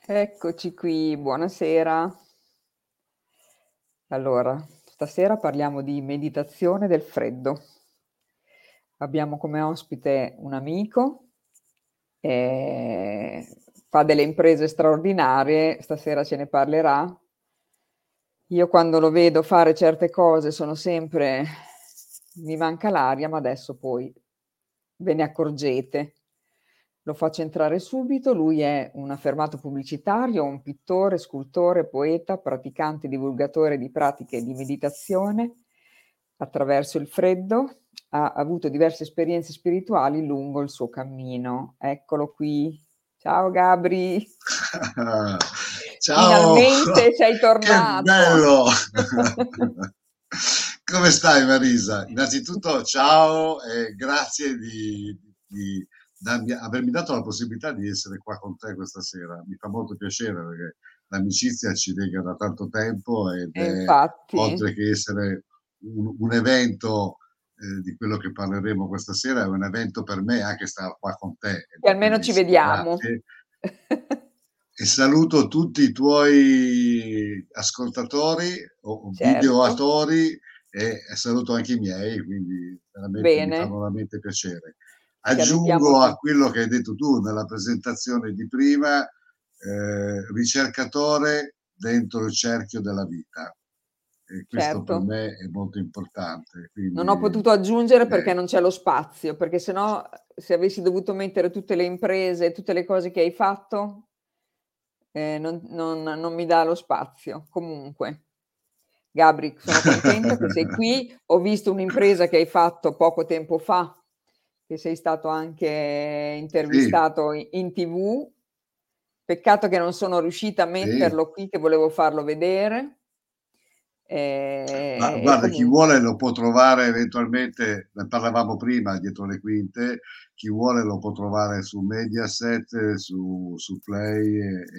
Eccoci qui, buonasera. Allora, stasera parliamo di meditazione del freddo. Abbiamo come ospite un amico, ehm, fa delle imprese straordinarie, stasera ce ne parlerà. Io quando lo vedo fare certe cose sono sempre mi manca l'aria, ma adesso poi ve ne accorgete. Lo faccio entrare subito, lui è un affermato pubblicitario, un pittore, scultore, poeta, praticante, divulgatore di pratiche di meditazione attraverso il freddo. Ha avuto diverse esperienze spirituali lungo il suo cammino. Eccolo qui. Ciao Gabri, Ciao, finalmente sei che tornato. bello! Come stai Marisa? Innanzitutto ciao e grazie di avermi dato la possibilità di essere qua con te questa sera. Mi fa molto piacere perché l'amicizia ci lega da tanto tempo ed E è, infatti, oltre che essere un evento di quello che parleremo questa sera, è un evento per me anche stare qua con te ed che è almeno ci bellissimo. vediamo. Grazie. E saluto tutti i tuoi ascoltatori o Certo, videoatori e saluto anche i miei, quindi veramente mi fa bene, veramente piacere. salutiamo Aggiungo a tutti. quello che hai detto tu nella presentazione di prima, ricercatore dentro il cerchio della vita. E questo per Certo. me è molto importante. Non ho Quindi, potuto aggiungere perché eh, non c'è lo spazio, perché se no, se avessi dovuto mettere tutte le imprese e tutte le cose che hai fatto, non mi dà lo spazio. Comunque, Gabri, sono contenta che sei qui. Ho visto un'impresa che hai fatto poco tempo fa, che sei stato anche sì, intervistato in TV. Peccato che non sono riuscita a sì. metterlo qui, che volevo farlo vedere. Ma E guarda, chi comunque, vuole lo può trovare eventualmente, ne parlavamo prima, dietro le quinte, chi vuole lo può trovare su Mediaset, su Play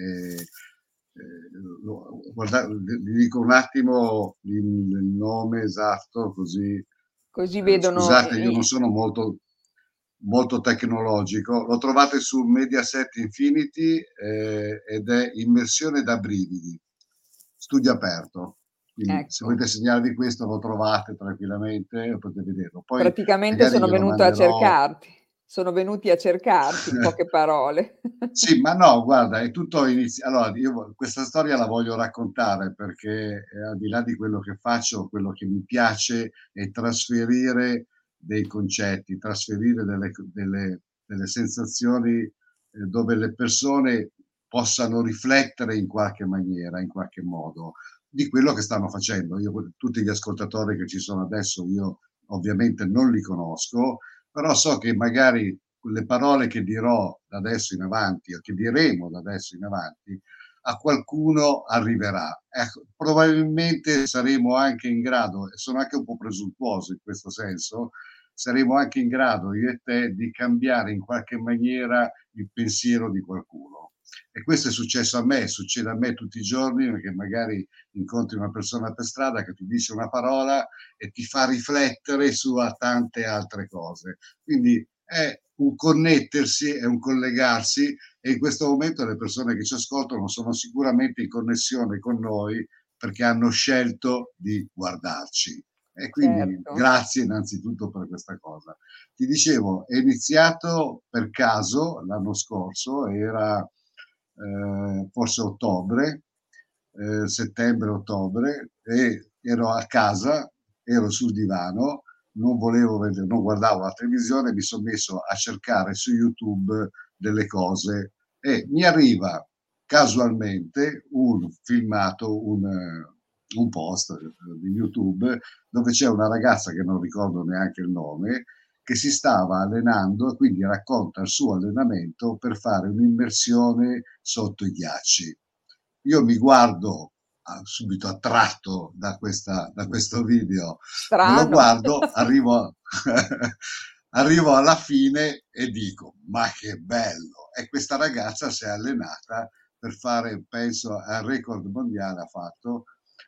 guarda, vi dico un attimo il nome esatto, così così vedono scusate, io non sono molto tecnologico. Lo trovate su Mediaset Infinity ed è Immersione da brividi, studio aperto. Quindi se ecco, volete segnarvi questo lo trovate tranquillamente e potete vederlo. Poi praticamente magari sono glielo venuta a manderò. cercarti. Sono venuti a cercarti, in poche parole. Sì, ma no, guarda, è tutto allora, io questa storia la voglio raccontare perché al di là di quello che faccio, quello che mi piace è trasferire dei concetti, trasferire delle sensazioni dove le persone possano riflettere in qualche maniera, in qualche modo, di quello che stanno facendo. Io, tutti gli ascoltatori che ci sono adesso, io ovviamente non li conosco, però so che magari le parole che dirò da adesso in avanti o che diremo da adesso in avanti a qualcuno arriverà. Ecco, probabilmente saremo anche in grado, e sono anche un po' presuntuoso in questo senso, saremo anche in grado io e te di cambiare in qualche maniera il pensiero di qualcuno. E questo è successo a me, succede a me tutti i giorni perché magari incontri una persona per strada che ti dice una parola e ti fa riflettere su a tante altre cose. Quindi è un connettersi, è un collegarsi e in questo momento le persone che ci ascoltano sono sicuramente in connessione con noi perché hanno scelto di guardarci. E quindi Certo, grazie innanzitutto per questa cosa. Ti dicevo, è iniziato per caso l'anno scorso, era forse ottobre, settembre-ottobre, e ero a casa, ero sul divano, non volevo vedere, non guardavo la televisione, mi sono messo a cercare su YouTube delle cose e mi arriva casualmente un filmato, un post di YouTube dove c'è una ragazza che non ricordo neanche il nome che si stava allenando e quindi racconta il suo allenamento per fare un'immersione sotto i ghiacci. Io mi guardo subito attratto da questo video, me lo strano. guardo, arrivo, arrivo alla fine e dico, ma che bello! E questa ragazza si è allenata per fare, penso, al record mondiale, ha fatto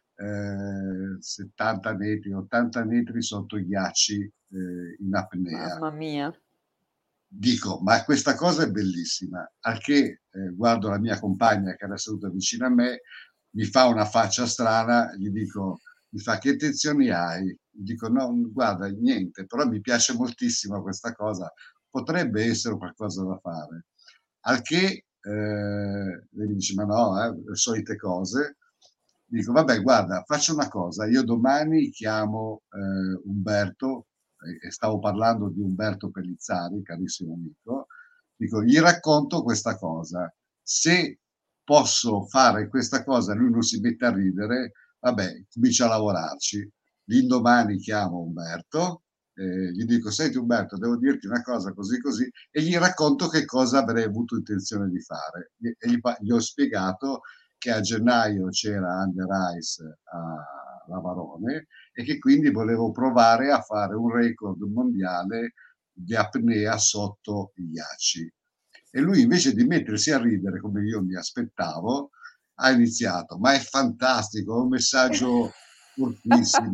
70 metri, 80 metri sotto i ghiacci in apnea. Mamma mia. dico, ma questa cosa è bellissima, al che guardo la mia compagna che era seduta vicino a me, mi fa una faccia strana, gli dico, mi fa che intenzioni hai? Gli dico no, guarda, niente, però mi piace moltissimo questa cosa, potrebbe essere qualcosa da fare. Al che lei mi dice, ma no, le solite cose. Dico, vabbè, guarda, faccio una cosa, io domani chiamo Umberto, e stavo parlando di Umberto Pellizzari, carissimo amico, dico, gli racconto questa cosa. Se posso fare questa cosa, lui non si mette a ridere, vabbè, comincia a lavorarci. L'indomani chiamo Umberto, gli dico, senti Umberto, devo dirti una cosa così così, e gli racconto che cosa avrei avuto intenzione di fare. E gli ho spiegato che a gennaio c'era Under Ice a Lavarone e che quindi volevo provare a fare un record mondiale di apnea sotto i ghiacci. E lui invece di mettersi a ridere come io mi aspettavo, ha iniziato, ma è fantastico, è un messaggio fortissimo.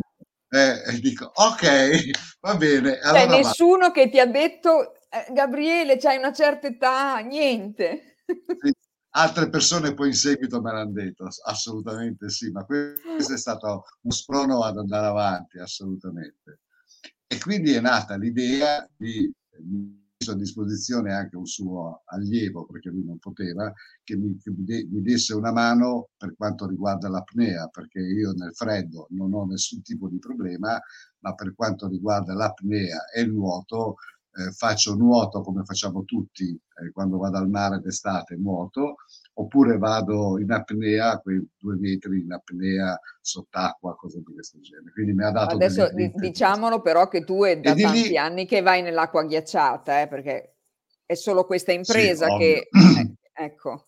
E dico, ok, va bene, Cioè, allora va. nessuno che ti ha detto, Gabriele, c'hai una certa età, niente. Sì. Altre persone poi in seguito me l'hanno detto, assolutamente sì, ma questo è stato un sprono ad andare avanti, assolutamente. E quindi è nata l'idea di messo a disposizione anche un suo allievo, perché lui non poteva, che mi desse una mano per quanto riguarda l'apnea, perché io nel freddo non ho nessun tipo di problema, ma per quanto riguarda l'apnea e il nuoto, faccio nuoto come facciamo tutti quando vado al mare d'estate, nuoto, oppure vado in apnea, quei 2 metri in apnea sott'acqua, cose di questo genere. Quindi mi ha dato delle Adesso dritte. diciamolo però che tu è E da di tanti lì, anni che vai nell'acqua ghiacciata, perché è solo questa sì, impresa ovvio. che, ecco,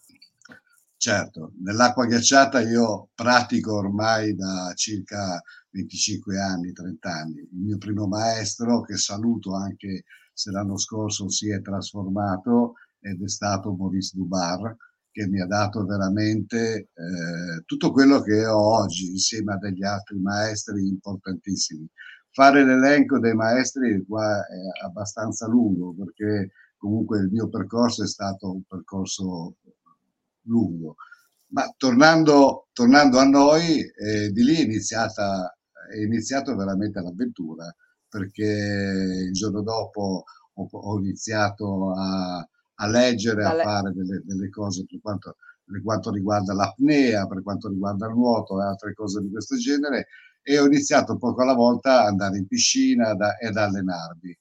Certo, nell'acqua ghiacciata io pratico ormai da circa 25 anni, 30 anni. Il mio primo maestro, che saluto anche se l'anno scorso si è trasformato, ed è stato Maurice Dubar, che mi ha dato veramente tutto quello che ho oggi insieme a degli altri maestri importantissimi. Fare l'elenco dei maestri qua è abbastanza lungo perché comunque il mio percorso è stato un percorso lungo. Ma tornando a noi, di lì è iniziato veramente l'avventura, perché il giorno dopo ho iniziato a leggere, a dalle- fare delle cose per quanto riguarda l'apnea, per quanto riguarda il nuoto e altre cose di questo genere, e ho iniziato poco alla volta ad andare in piscina ed allenarmi.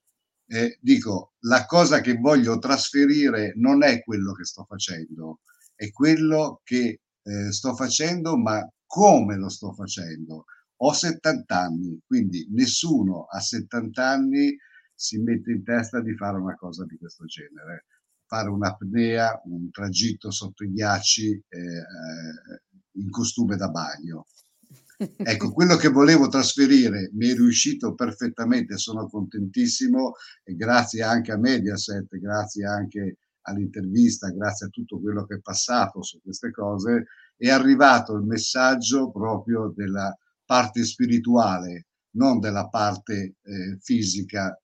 Dico, la cosa che voglio trasferire non è quello che sto facendo, è quello che sto facendo, ma come lo sto facendo. Ho 70 anni, quindi nessuno a 70 anni si mette in testa di fare una cosa di questo genere. Fare un'apnea, un tragitto sotto i ghiacci in costume da bagno. Ecco, quello che volevo trasferire mi è riuscito perfettamente, sono contentissimo e grazie anche a Mediaset, grazie anche all'intervista, grazie a tutto quello che è passato su queste cose, è arrivato il messaggio proprio della parte spirituale, non della parte fisica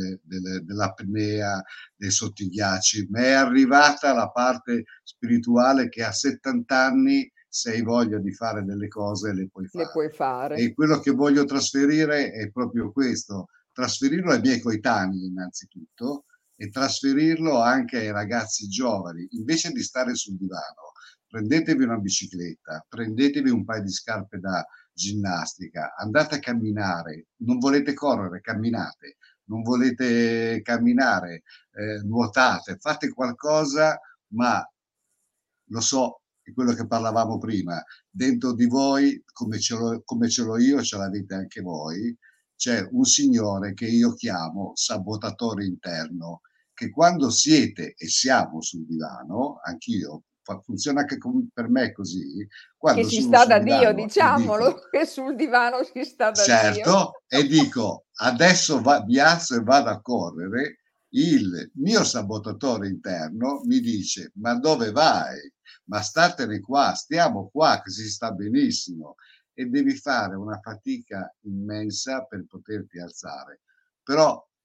dell'apnea, dei sottighiacci, ma è arrivata la parte spirituale che a 70 anni se hai voglia di fare delle cose le puoi le puoi fare. fare. E quello che voglio trasferire è proprio questo, trasferirlo ai miei coetanei innanzitutto e trasferirlo anche ai ragazzi giovani. Invece di stare sul divano, prendetevi una bicicletta, prendetevi un paio di scarpe da ginnastica, andate a camminare, non volete correre, camminate, non volete camminare, nuotate, fate qualcosa, ma lo so, è quello che parlavamo prima, dentro di voi, come ce l'ho io, ce l'avete anche voi, c'è un signore che io chiamo sabotatore interno, che quando siete e siamo sul divano, anch'io, funziona anche per me così, Che quando si sono sta sul da Dio, divano e dico, diciamolo, che sul divano si sta da Dio. certo, e dico adesso mi alzo e vado a correre, il mio sabotatore interno mi dice ma dove vai? Ma statene qua, stiamo qua che si sta benissimo e devi fare una fatica immensa per poterti alzare. Però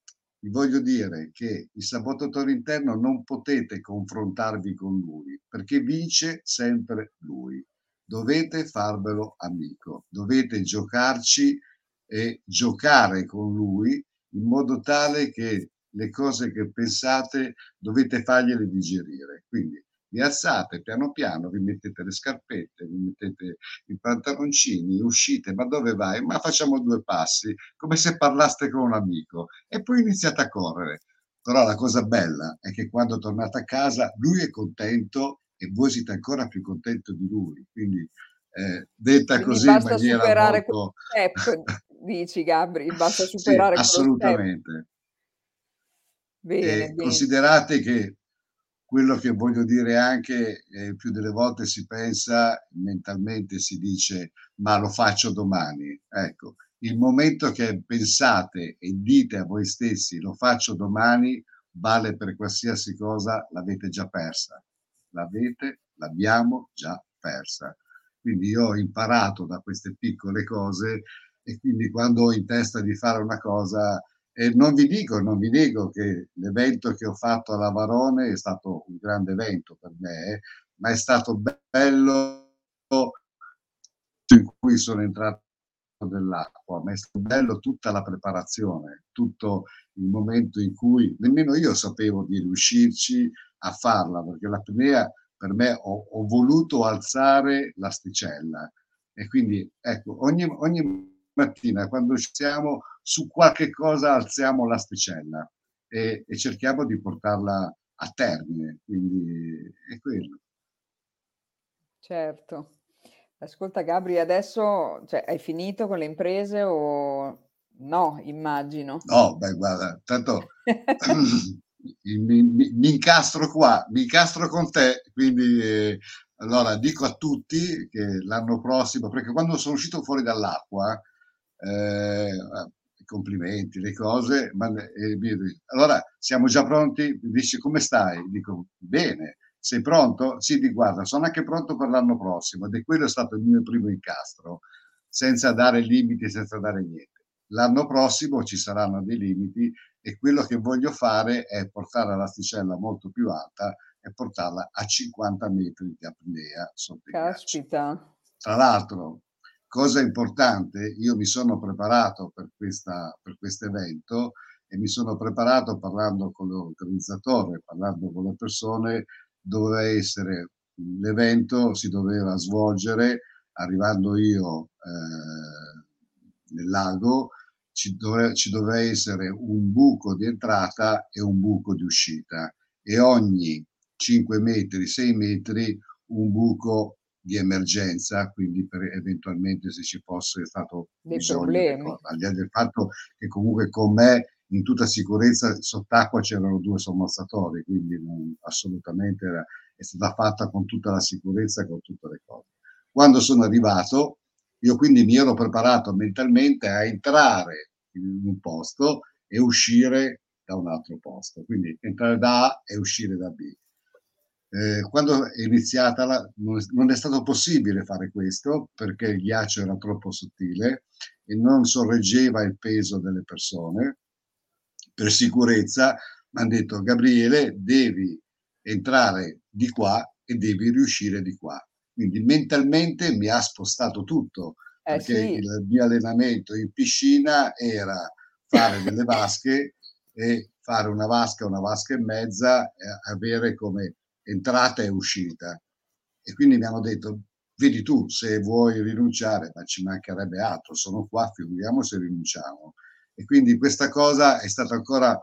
vi voglio dire che il sabotatore interno non potete confrontarvi con lui, perché vince sempre lui. Dovete farvelo amico, dovete giocarci e giocare con lui in modo tale che le cose che pensate dovete fargliele digerire. Quindi vi alzate piano piano, vi mettete le scarpette, vi mettete i pantaloncini, uscite, ma dove vai? Ma facciamo 2 passi, come se parlaste con un amico, e poi iniziate a correre. Però la cosa bella è che quando tornate a casa lui è contento e voi siete ancora più contento di lui. Quindi detta Quindi così in basta maniera superare quello molto step, dici Gabri, basta sì, superare quello step. assolutamente. Bene, E bene. considerate che quello che voglio dire anche, più delle volte si pensa, mentalmente si dice: "Ma lo faccio domani". Ecco, il momento che pensate e dite a voi stessi: "Lo faccio domani", vale per qualsiasi cosa, l'avete già persa. L'abbiamo già persa. Quindi io ho imparato da queste piccole cose e quindi quando ho in testa di fare una cosa e non vi nego che l'evento che ho fatto alla Varone è stato un grande evento per me, ma è stato bello in cui sono entrato dell'acqua, ma è stato bello tutta la preparazione, tutto il momento in cui nemmeno io sapevo di riuscirci a farla, perché l'apnea per me ho voluto alzare l'asticella e quindi ecco, ogni mattina quando usciamo su qualche cosa alziamo l'asticella e cerchiamo di portarla a termine, quindi è quello. Certo. Ascolta Gabri, adesso, cioè, hai finito con le imprese o no, immagino. No, beh, guarda, tanto mi incastro qua, mi incastro con te, quindi allora dico a tutti che l'anno prossimo, perché quando sono uscito fuori dall'acqua, complimenti, le cose, allora siamo già pronti? Mi dici come stai? Dico bene, sei pronto? Sì, di guarda, sono anche pronto per l'anno prossimo ed è quello è stato il mio primo incastro, senza dare limiti, senza dare niente. L'anno prossimo ci saranno dei limiti e quello che voglio fare è portare l'asticella molto più alta e portarla a 50 metri di apnea sotto i ghiacci. Caspita. Tra l'altro, cosa importante, io mi sono preparato per questo evento e mi sono preparato parlando con l'organizzatore, parlando con le persone, doveva essere l'evento si doveva svolgere arrivando io nel lago ci doveva essere un buco di entrata e un buco di uscita e ogni 5 metri, 6 metri un buco di emergenza, quindi per eventualmente se ci fosse stato Dei bisogno di problemi. cosa. Al di là del fatto che comunque con me in tutta sicurezza sott'acqua c'erano 2 sommozzatori, quindi assolutamente è stata fatta con tutta la sicurezza e con tutte le cose. Quando sono arrivato io quindi mi ero preparato mentalmente a entrare in un posto e uscire da un altro posto, quindi entrare da A e uscire da B. Quando è iniziata non è stato possibile fare questo perché il ghiaccio era troppo sottile e non sorreggeva il peso delle persone. Per sicurezza mi hanno detto Gabriele devi entrare di qua e devi riuscire di qua. Quindi mentalmente mi ha spostato tutto Eh perché sì, il mio allenamento in piscina era fare delle vasche e fare una vasca e mezza, avere come entrata e uscita. E quindi mi hanno detto, vedi tu, se vuoi rinunciare, ma ci mancherebbe altro, sono qua, figuriamo se rinunciamo. E quindi questa cosa è stata ancora,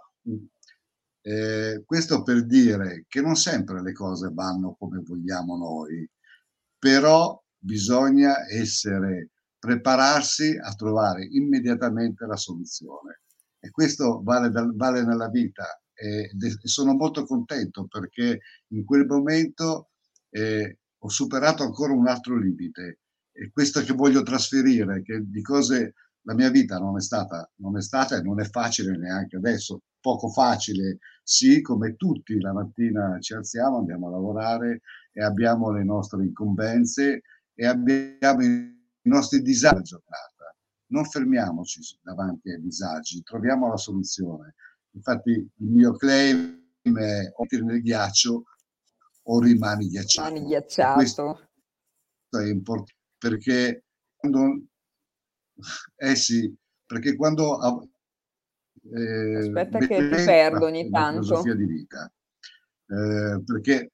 questo per dire che non sempre le cose vanno come vogliamo noi, però bisogna essere, prepararsi a trovare immediatamente la soluzione. E questo vale nella vita e sono molto contento perché in quel momento ho superato ancora un altro limite e questo che voglio trasferire, che di cose la mia vita non è stata e non è facile neanche adesso, poco facile, sì, come tutti la mattina ci alziamo, andiamo a lavorare e abbiamo le nostre incombenze e abbiamo i nostri disagi giornata. Non fermiamoci davanti ai disagi, troviamo la soluzione. Infatti il mio claim è: o entri nel ghiaccio o rimani Rimani ghiacciato. E questo ghiacciato. è importante perché quando, sì, perché quando Aspetta che ti perdo ogni la filosofia tanto. di vita, perché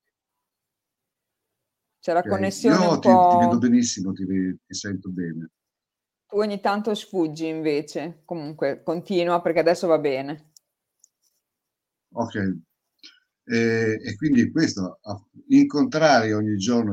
C'è la okay, connessione un io ti vedo po'. benissimo, ti sento bene. Tu ogni tanto sfuggi invece. Comunque continua perché adesso va bene. Okay. E quindi questo, incontrare ogni giorno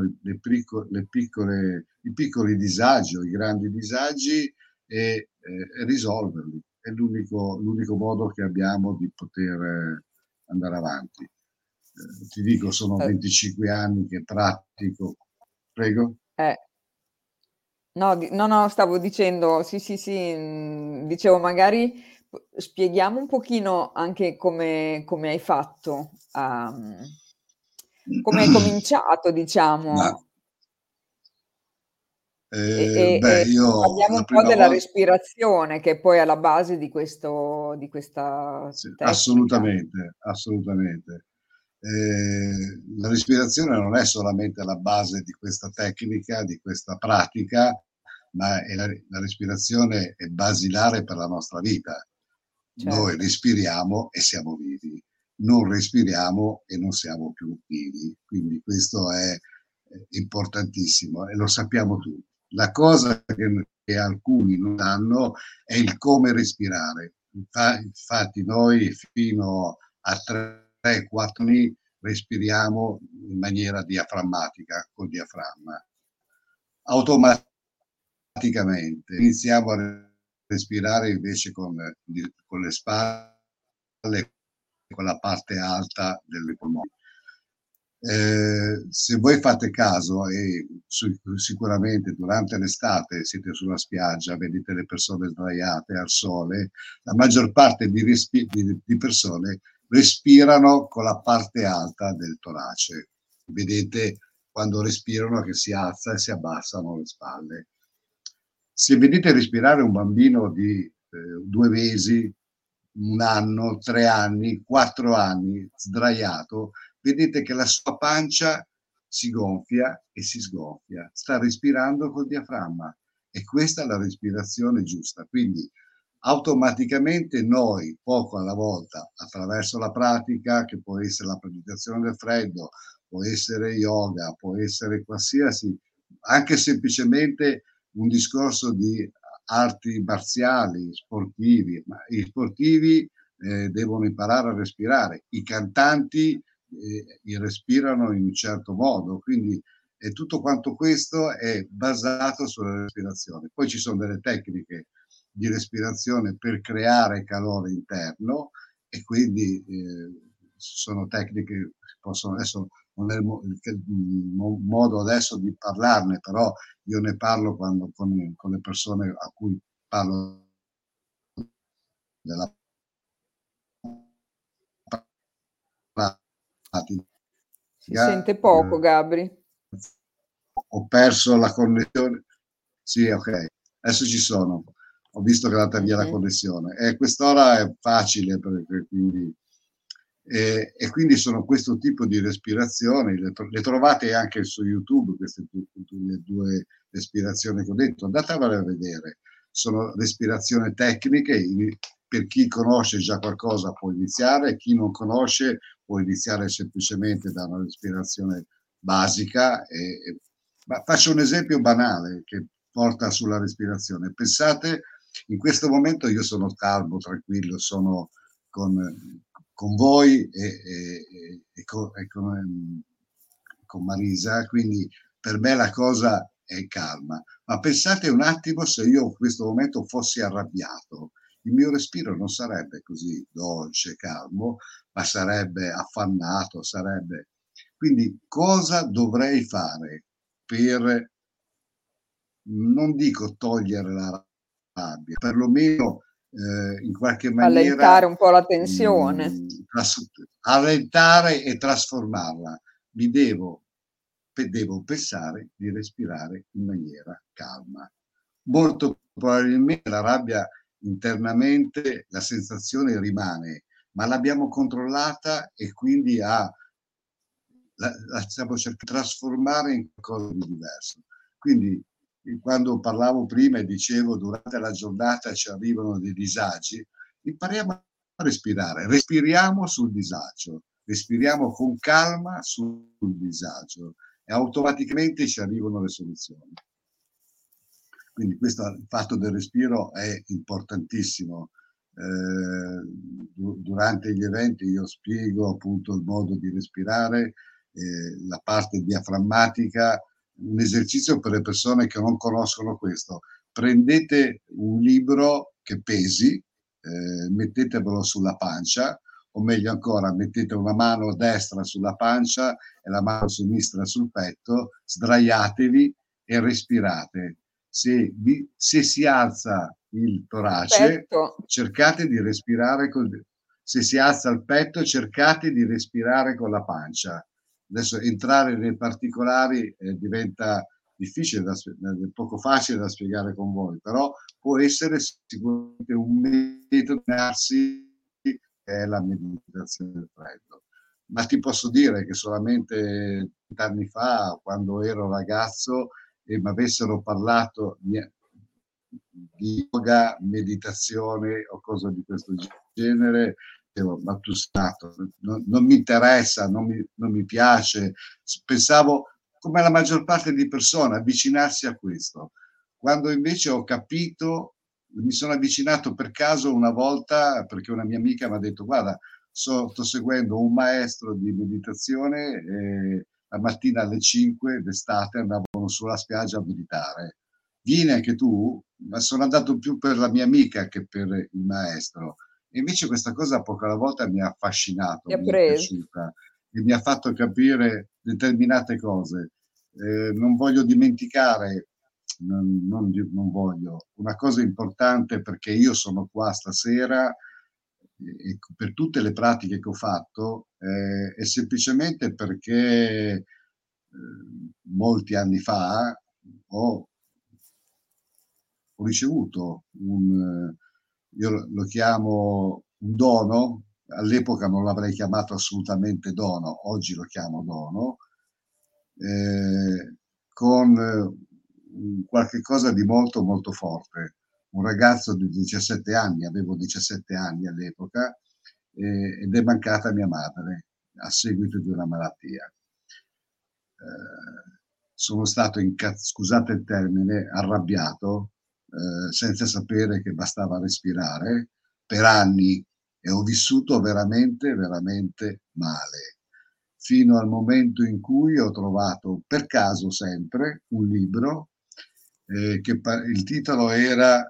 i piccoli disagi o i grandi disagi e risolverli. È l'unico modo che abbiamo di poter andare avanti. Ti dico, sono Eh, 25 anni che pratico. Prego? eh. No, no, stavo dicendo, sì, sì, sì, dicevo magari spieghiamo un pochino anche come hai fatto, come hai cominciato, Ma, diciamo, e io parliamo la un po' prima della volta. respirazione che è poi alla base di questa Sì, tecnica. assolutamente, assolutamente. La respirazione non è solamente la base di questa tecnica, di questa pratica, ma la respirazione è basilare per la nostra vita. Noi Certo, respiriamo e siamo vivi, non respiriamo e non siamo più vivi. Quindi questo è importantissimo e lo sappiamo tutti. La cosa che alcuni non sanno è il come respirare. Infatti noi fino a 3-4 anni respiriamo in maniera diaframmatica, col diaframma. Automaticamente iniziamo a respirare invece con le spalle, con la parte alta delle polmoni. Se voi fate caso e sicuramente durante l'estate siete sulla spiaggia, vedete le persone sdraiate al sole, la maggior parte di persone respirano con la parte alta del torace. Vedete quando respirano che si alza e si abbassano le spalle. Se vedete respirare un bambino di 2 mesi, 1 anno, 3 anni, 4 anni, sdraiato, vedete che la sua pancia si gonfia e si sgonfia, sta respirando col diaframma e questa è la respirazione giusta. Quindi automaticamente noi, poco alla volta, attraverso la pratica, che può essere la meditazione del freddo, può essere yoga, può essere qualsiasi, anche semplicemente un discorso di arti marziali, sportivi, ma i sportivi devono imparare a respirare, i cantanti respirano in un certo modo, quindi tutto quanto questo è basato sulla respirazione. Poi ci sono delle tecniche di respirazione per creare calore interno e quindi sono tecniche che possono, adesso non è il modo adesso di parlarne, però io ne parlo quando con le persone a cui parlo della pratica. si sente poco, Gabri. Ho perso la connessione. Sì, ok, adesso ci sono. Ho visto che è andata via la Mhm. connessione. E quest'ora è facile, perché quindi, quindi sono questo tipo di respirazioni, le trovate anche su YouTube, queste le due respirazioni che ho detto, andatevele a vedere. Sono respirazioni tecniche, per chi conosce già qualcosa può iniziare, chi non conosce può iniziare semplicemente da una respirazione basica. Ma faccio un esempio banale che porta sulla respirazione. Pensate, in questo momento io sono calmo, tranquillo, sono con voi con Marisa, quindi per me la cosa è calma. Ma pensate un attimo se io in questo momento fossi arrabbiato, il mio respiro non sarebbe così dolce, calmo, ma sarebbe affannato, sarebbe. Quindi cosa dovrei fare per, non dico togliere la rabbia, perlomeno in qualche maniera Allentare un po' la tensione. allentare e trasformarla. Mi devo pensare di respirare in maniera calma. Molto probabilmente la rabbia internamente la sensazione rimane, ma l'abbiamo controllata e quindi la stiamo cercando di trasformare in qualcosa di diverso. Quindi quando parlavo prima e dicevo durante la giornata ci arrivano dei disagi, impariamo a respirare, respiriamo sul disagio, respiriamo con calma sul disagio e automaticamente ci arrivano le soluzioni. Quindi questo, il fatto del respiro è importantissimo. Durante gli eventi io spiego appunto il modo di respirare, la parte diaframmatica, un esercizio per le persone che non conoscono questo. Prendete un libro che pesi, mettetevelo sulla pancia, o meglio ancora, mettete una mano destra sulla pancia e la mano sinistra sul petto, sdraiatevi e respirate. Se si alza il torace, cercate di respirare se si alza il petto, cercate di respirare con la pancia. Adesso entrare nei particolari diventa difficile, poco facile da spiegare con voi, però può essere sicuramente un metodo che è la meditazione del freddo. Ma ti posso dire che solamente 20 anni fa, quando ero ragazzo e mi avessero parlato di yoga, meditazione o cose di questo genere, ma tu stato, non mi interessa, non mi piace. Pensavo, come la maggior parte di persone, avvicinarsi a questo. Quando invece ho capito, mi sono avvicinato per caso una volta perché una mia amica mi ha detto: guarda, sto seguendo un maestro di meditazione e la mattina alle 5 d'estate andavano sulla spiaggia a meditare. Vieni anche tu? Ma sono andato più per la mia amica che per il maestro. E invece questa cosa poco alla volta mi ha affascinato, mi è piaciuta e mi ha fatto capire determinate cose. Non voglio dimenticare, non voglio, una cosa importante, perché io sono qua stasera e per tutte le pratiche che ho fatto, è semplicemente perché molti anni fa ho ricevuto io lo chiamo un dono, all'epoca non l'avrei chiamato assolutamente dono, oggi lo chiamo dono, con qualche cosa di molto molto forte. Un ragazzo di 17 anni, avevo 17 anni all'epoca, ed è mancata mia madre a seguito di una malattia. Sono stato, scusate il termine, arrabbiato, senza sapere che bastava respirare per anni, e ho vissuto veramente, veramente male, fino al momento in cui ho trovato, per caso sempre, un libro che il titolo era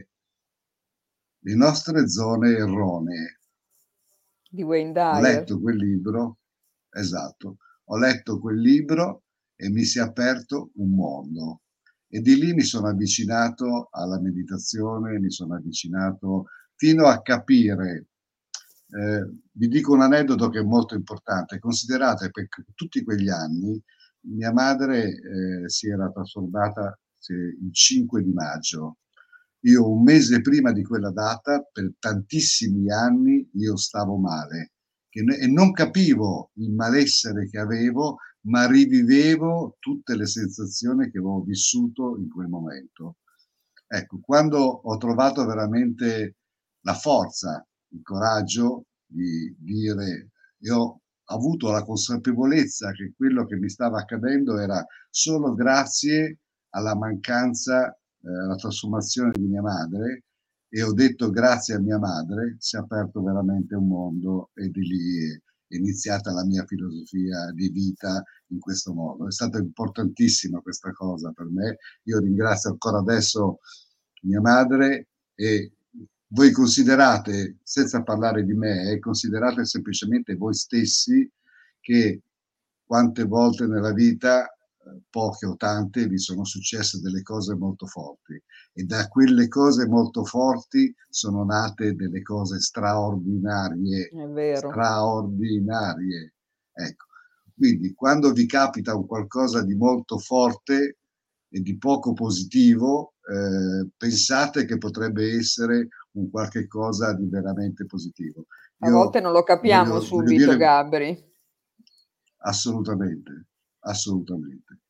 Le nostre zone erronee. Di Wayne Dyer. Ho letto quel libro, esatto, ho letto quel libro e mi si è aperto un mondo. E di lì mi sono avvicinato alla meditazione, mi sono avvicinato fino a capire. Vi dico un aneddoto che è molto importante. Considerate che tutti quegli anni mia madre si era trasformata il 5 di maggio. Io un mese prima di quella data, per tantissimi anni, io stavo male e non capivo il malessere che avevo, ma rivivevo tutte le sensazioni che avevo vissuto in quel momento. Ecco, quando ho trovato veramente la forza, il coraggio di dire, io ho avuto la consapevolezza che quello che mi stava accadendo era solo grazie alla mancanza, alla trasformazione di mia madre, e ho detto grazie a mia madre si è aperto veramente un mondo, e di lì è iniziata la mia filosofia di vita in questo modo. È stata importantissima questa cosa per me. Io ringrazio ancora adesso mia madre, e voi considerate, senza parlare di me, considerate semplicemente voi stessi che quante volte nella vita, poche o tante, vi sono successe delle cose molto forti, e da quelle cose molto forti sono nate delle cose straordinarie. È vero. Straordinarie. Ecco. Quindi quando vi capita un qualcosa di molto forte e di poco positivo, pensate che potrebbe essere un qualche cosa di veramente positivo. A volte Io non lo capiamo voglio subito, dire Gabri. assolutamente, assolutamente.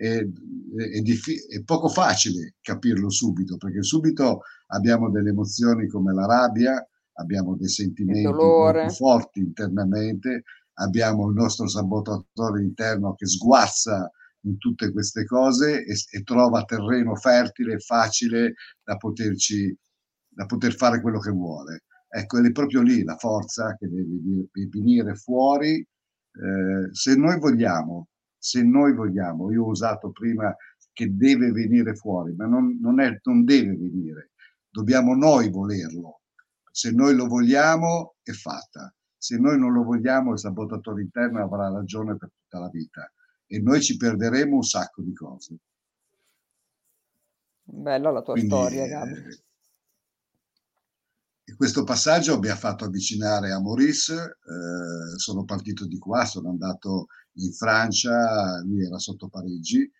È poco facile capirlo subito, perché subito abbiamo delle emozioni come la rabbia, abbiamo dei Il sentimenti molto dolore. forti internamente, abbiamo il nostro sabotatore interno che sguazza in tutte queste cose e trova terreno fertile e facile da poter fare quello che vuole. Ecco, è proprio lì la forza che deve venire fuori. Se noi vogliamo, io ho usato prima che deve venire fuori, ma non deve venire, dobbiamo noi volerlo. Se noi lo vogliamo è fatta, se noi non lo vogliamo il sabotatore interno avrà ragione per tutta la vita e noi ci perderemo un sacco di cose. Bella la tua Quindi storia, Gabri. questo passaggio mi ha fatto avvicinare a Maurice, sono partito di qua, sono andato in Francia, lui era sotto Parigi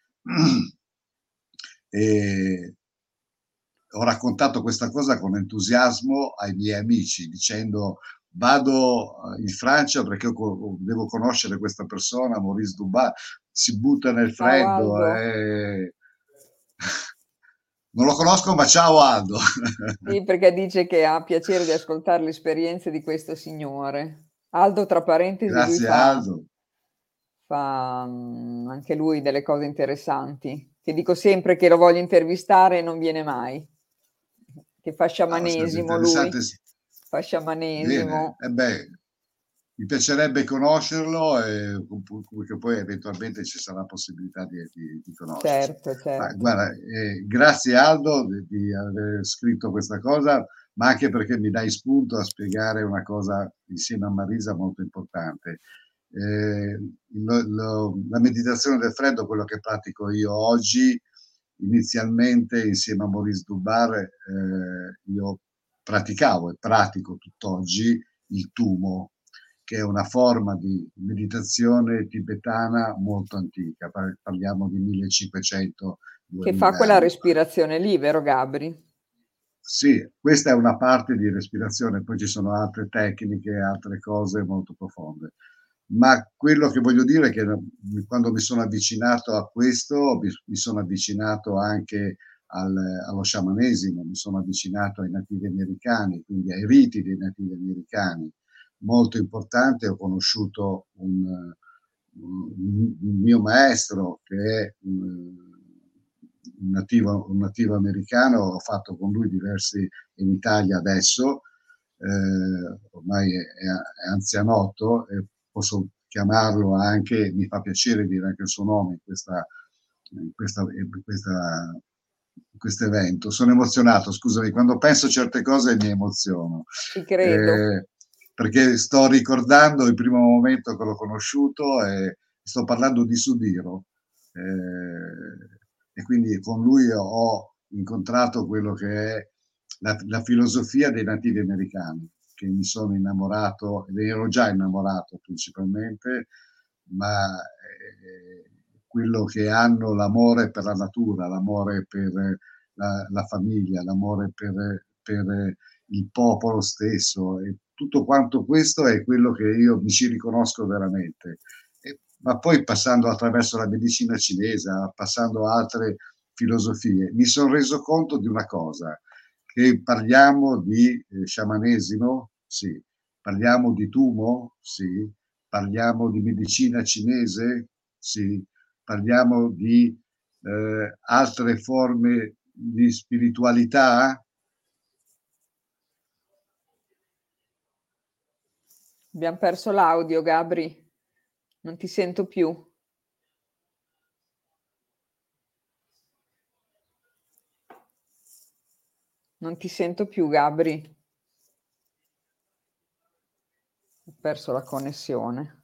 e ho raccontato questa cosa con entusiasmo ai miei amici dicendo vado in Francia perché devo conoscere questa persona, Maurice Dubas, si butta nel Ciao freddo Aldo. e... Non lo conosco, ma ciao Aldo. Sì, perché dice che ha piacere di ascoltare le esperienze di questo signore. Aldo, tra parentesi, lui Grazie Aldo. fa anche lui delle cose interessanti, che dico sempre che lo voglio intervistare e non viene mai. Che fa Sarebbe sciamanesimo lui, interessante. fa Bene, sciamanesimo. e beh, mi piacerebbe conoscerlo e che poi eventualmente ci sarà possibilità di conoscerci. Certo, Ma certo. guarda, grazie Aldo di aver scritto questa cosa, ma anche perché mi dai spunto a spiegare una cosa insieme a Marisa molto importante. La meditazione del freddo, quello che pratico io oggi, inizialmente insieme a Maurice Dubar, io praticavo e pratico tutt'oggi il Tumo, che è una forma di meditazione tibetana molto antica, parliamo di Che fa 1500-2000 quella anni fa. respirazione lì, vero Gabri? Sì, questa è una parte di respirazione, poi ci sono altre tecniche, altre cose molto profonde. Ma quello che voglio dire è che quando mi sono avvicinato a questo, mi sono avvicinato anche allo sciamanesimo, mi sono avvicinato ai nativi americani, quindi ai riti dei nativi americani. Molto importante, ho conosciuto un mio maestro che è un nativo americano, ho fatto con lui diversi in Italia adesso, ormai è anzianotto e posso chiamarlo anche, mi fa piacere dire anche il suo nome in questo evento. Sono emozionato, scusami, quando penso a certe cose mi emoziono, Ci credo. perché sto ricordando il primo momento che l'ho conosciuto e sto parlando di Sudiro. E quindi con lui ho incontrato quello che è la filosofia dei nativi americani, che mi sono innamorato, ed ero già innamorato principalmente, ma quello che hanno l'amore per la natura, l'amore per la famiglia, l'amore per il popolo stesso e tutto quanto questo è quello che io mi ci riconosco veramente. Ma poi passando attraverso la medicina cinese, passando a altre filosofie, mi sono reso conto di una cosa, che parliamo di sciamanesimo, sì, parliamo di tumo, sì, parliamo di medicina cinese, sì, parliamo di altre forme di spiritualità. Abbiamo perso l'audio, Gabri. Non ti sento più. Non ti sento più, Gabri. Ho perso la connessione.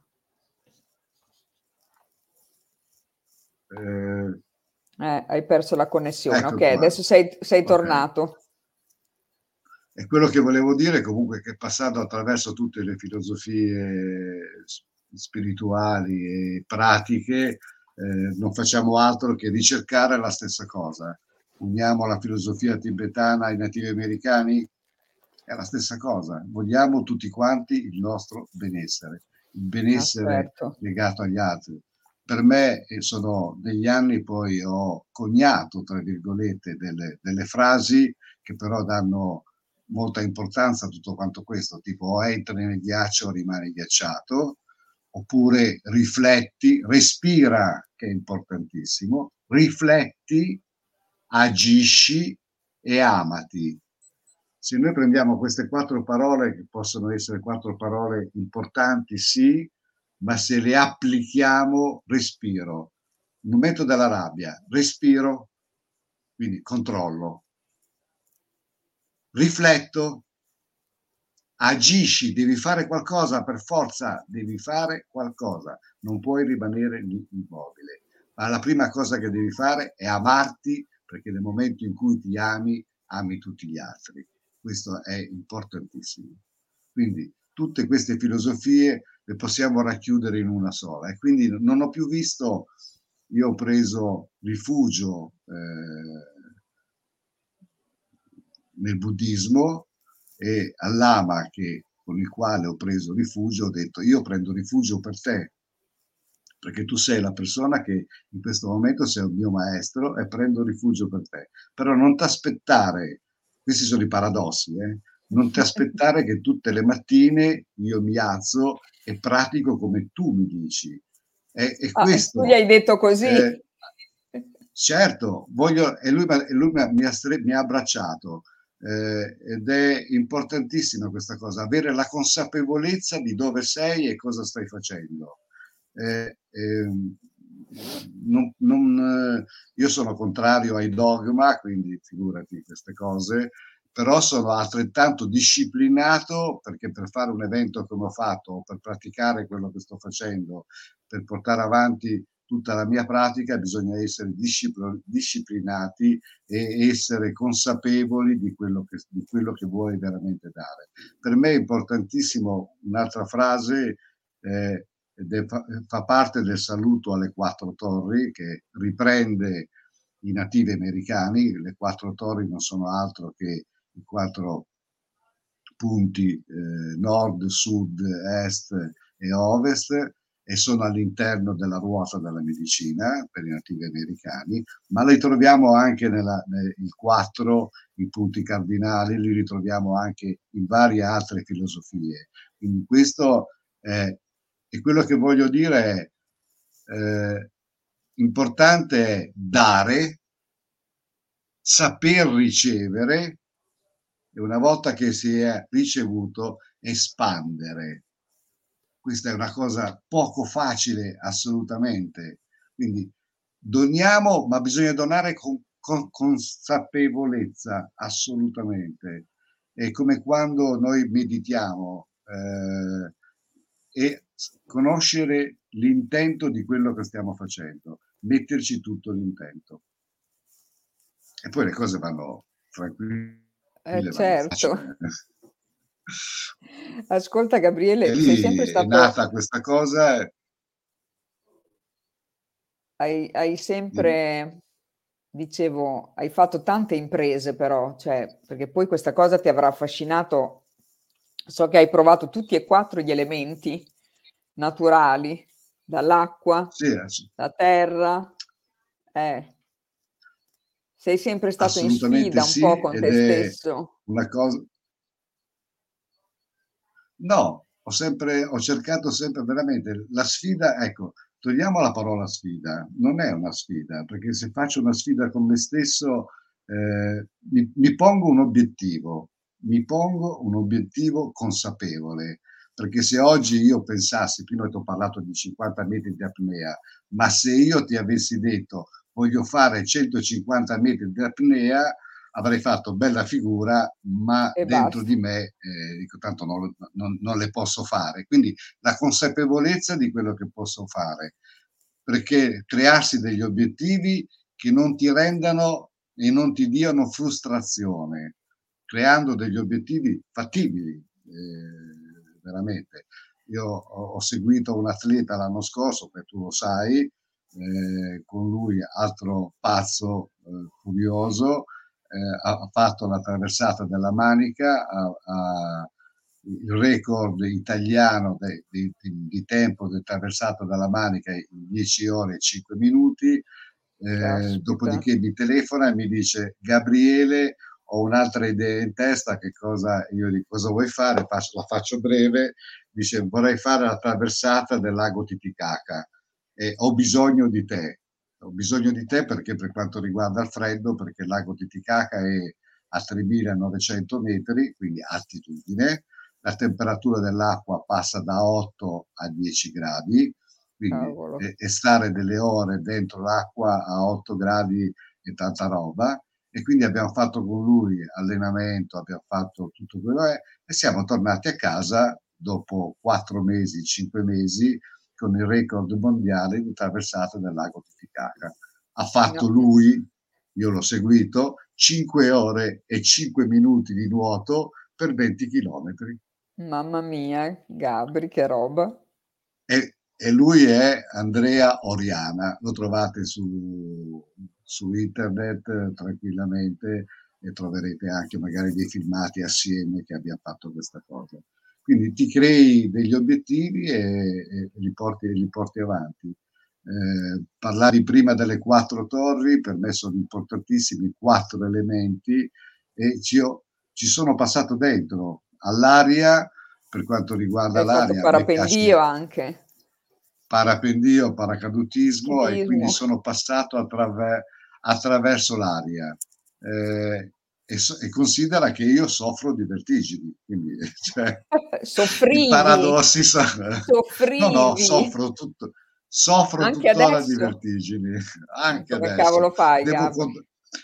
Hai perso la connessione. Ok, Ecco qua. adesso sei Ok. tornato. E quello che volevo dire comunque è che passando attraverso tutte le filosofie spirituali e pratiche, non facciamo altro che ricercare la stessa cosa, uniamo la filosofia tibetana ai nativi americani, è la stessa cosa. Vogliamo tutti quanti il nostro benessere, il Ah, benessere certo. legato agli altri. Per me sono degli anni, poi ho coniato, tra virgolette, delle frasi che però danno molta importanza a tutto quanto questo, tipo o entri nel ghiaccio o rimani ghiacciato, oppure rifletti, respira, che è importantissimo, rifletti, agisci e amati. Se noi prendiamo queste 4 parole, che possono essere 4 parole importanti, sì, ma se le applichiamo, respiro. Il momento della rabbia, respiro, quindi controllo. Rifletto, agisci, devi fare qualcosa, per forza devi fare qualcosa, non puoi rimanere lì immobile. Ma la prima cosa che devi fare è amarti, perché nel momento in cui ti ami, ami tutti gli altri. Questo è importantissimo. Quindi tutte queste filosofie le possiamo racchiudere in una sola, e quindi non ho più visto, io ho preso rifugio nel buddismo, e all'Ama con il quale ho preso rifugio ho detto: io prendo rifugio per te, perché tu sei la persona che in questo momento sei un mio maestro, e prendo rifugio per te. Però non ti aspettare, questi sono i paradossi, non ti aspettare che tutte le mattine io mi alzo e pratico come tu mi dici. E Ah, e tu gli questo, hai detto così? eh, certo, voglio, e lui mi ha abbracciato, ed è importantissima questa cosa, avere la consapevolezza di dove sei e cosa stai facendo. Eh, ehm, io sono contrario ai dogma, quindi figurati queste cose, però sono altrettanto disciplinato, perché per fare un evento come ho fatto, o per praticare quello che sto facendo, per portare avanti tutta la mia pratica, bisogna essere disciplinati e essere consapevoli di quello che vuoi veramente dare. Per me è importantissimo un'altra frase, fa parte del saluto alle 4 torri, che riprende i nativi americani. Le 4 torri non sono altro che i 4 punti nord, sud, est e ovest, e sono all'interno della ruota della medicina per i nativi americani, ma li troviamo anche il 4, i punti cardinali, li ritroviamo anche in varie altre filosofie. Quindi questo è quello che voglio dire, è importante è dare, saper ricevere, e una volta che si è ricevuto, espandere. Questa è una cosa poco facile, assolutamente. Quindi doniamo, ma bisogna donare con consapevolezza, assolutamente. È come quando noi meditiamo, e conoscere l'intento di quello che stiamo facendo, metterci tutto l'intento. E poi le cose vanno tranquille, vanno Certo. facili. Ascolta E Gabriele, sei sempre lì è stato, nata questa cosa. hai Dimmi. sempre, dicevo, hai fatto tante imprese però, cioè, perché poi questa cosa ti avrà affascinato. So che hai provato tutti e quattro gli elementi naturali, dall'acqua, Sì, la terra. Eh, sei sempre stato in assolutamente sfida un po' sì, con ed te è stesso. una cosa. No, ho cercato sempre veramente la sfida. Ecco, togliamo la parola sfida, non è una sfida, perché se faccio una sfida con me stesso, mi pongo mi pongo un obiettivo consapevole, perché se oggi io pensassi, prima ti ho parlato di 50 metri di apnea, ma se io ti avessi detto voglio fare 150 metri di apnea, avrei fatto bella figura, ma E dentro basta. di me dico tanto non le posso fare. Quindi la consapevolezza di quello che posso fare, perché crearsi degli obiettivi che non ti rendano e non ti diano frustrazione, creando degli obiettivi fattibili, veramente. Io ho seguito un atleta l'anno scorso, che tu lo sai, con lui, altro pazzo, furioso, ha fatto la traversata della Manica, il record italiano di tempo del traversato dalla Manica in 10 ore e 5 minuti. Caspita. Dopodiché mi telefona e mi dice: Gabriele, ho un'altra idea in testa, io dico cosa vuoi fare? La faccio breve. Dice: vorrei fare la traversata del lago Titicaca e ho bisogno di te. Ho bisogno di te perché per quanto riguarda il freddo, perché il lago Titicaca è a 3.900 metri, quindi altitudine, la temperatura dell'acqua passa da 8 a 10 gradi, quindi Cavolo. e stare delle ore dentro l'acqua a 8 gradi è tanta roba. E quindi abbiamo fatto con lui allenamento, abbiamo fatto tutto quello e siamo tornati a casa dopo 4 mesi, 5 mesi, con il record mondiale di traversata del lago Titicaca. Ha fatto No. lui, io l'ho seguito, 5 ore e 5 minuti di nuoto per 20 chilometri. Mamma mia, Gabri, che roba. E lui è Andrea Oriana, lo trovate su internet tranquillamente e troverete anche magari dei filmati assieme che abbia fatto questa cosa. Quindi ti crei degli obiettivi e li porti avanti. Parlavi prima delle 4 torri, per me sono importantissimi 4 elementi e ci sono passato dentro all'aria. Per quanto riguarda Hai fatto l'aria, a me parapendio piace anche. parapendio, paracadutismo e quindi Chitismo. sono passato attraverso l'aria. E considera che io soffro di vertigini, quindi cioè, i Soffrivi, paradossi sono... No, no, soffrivi. soffro Anche tuttora di adesso? vertigini, anche Come adesso. cavolo fai, Devo, Gabri? con-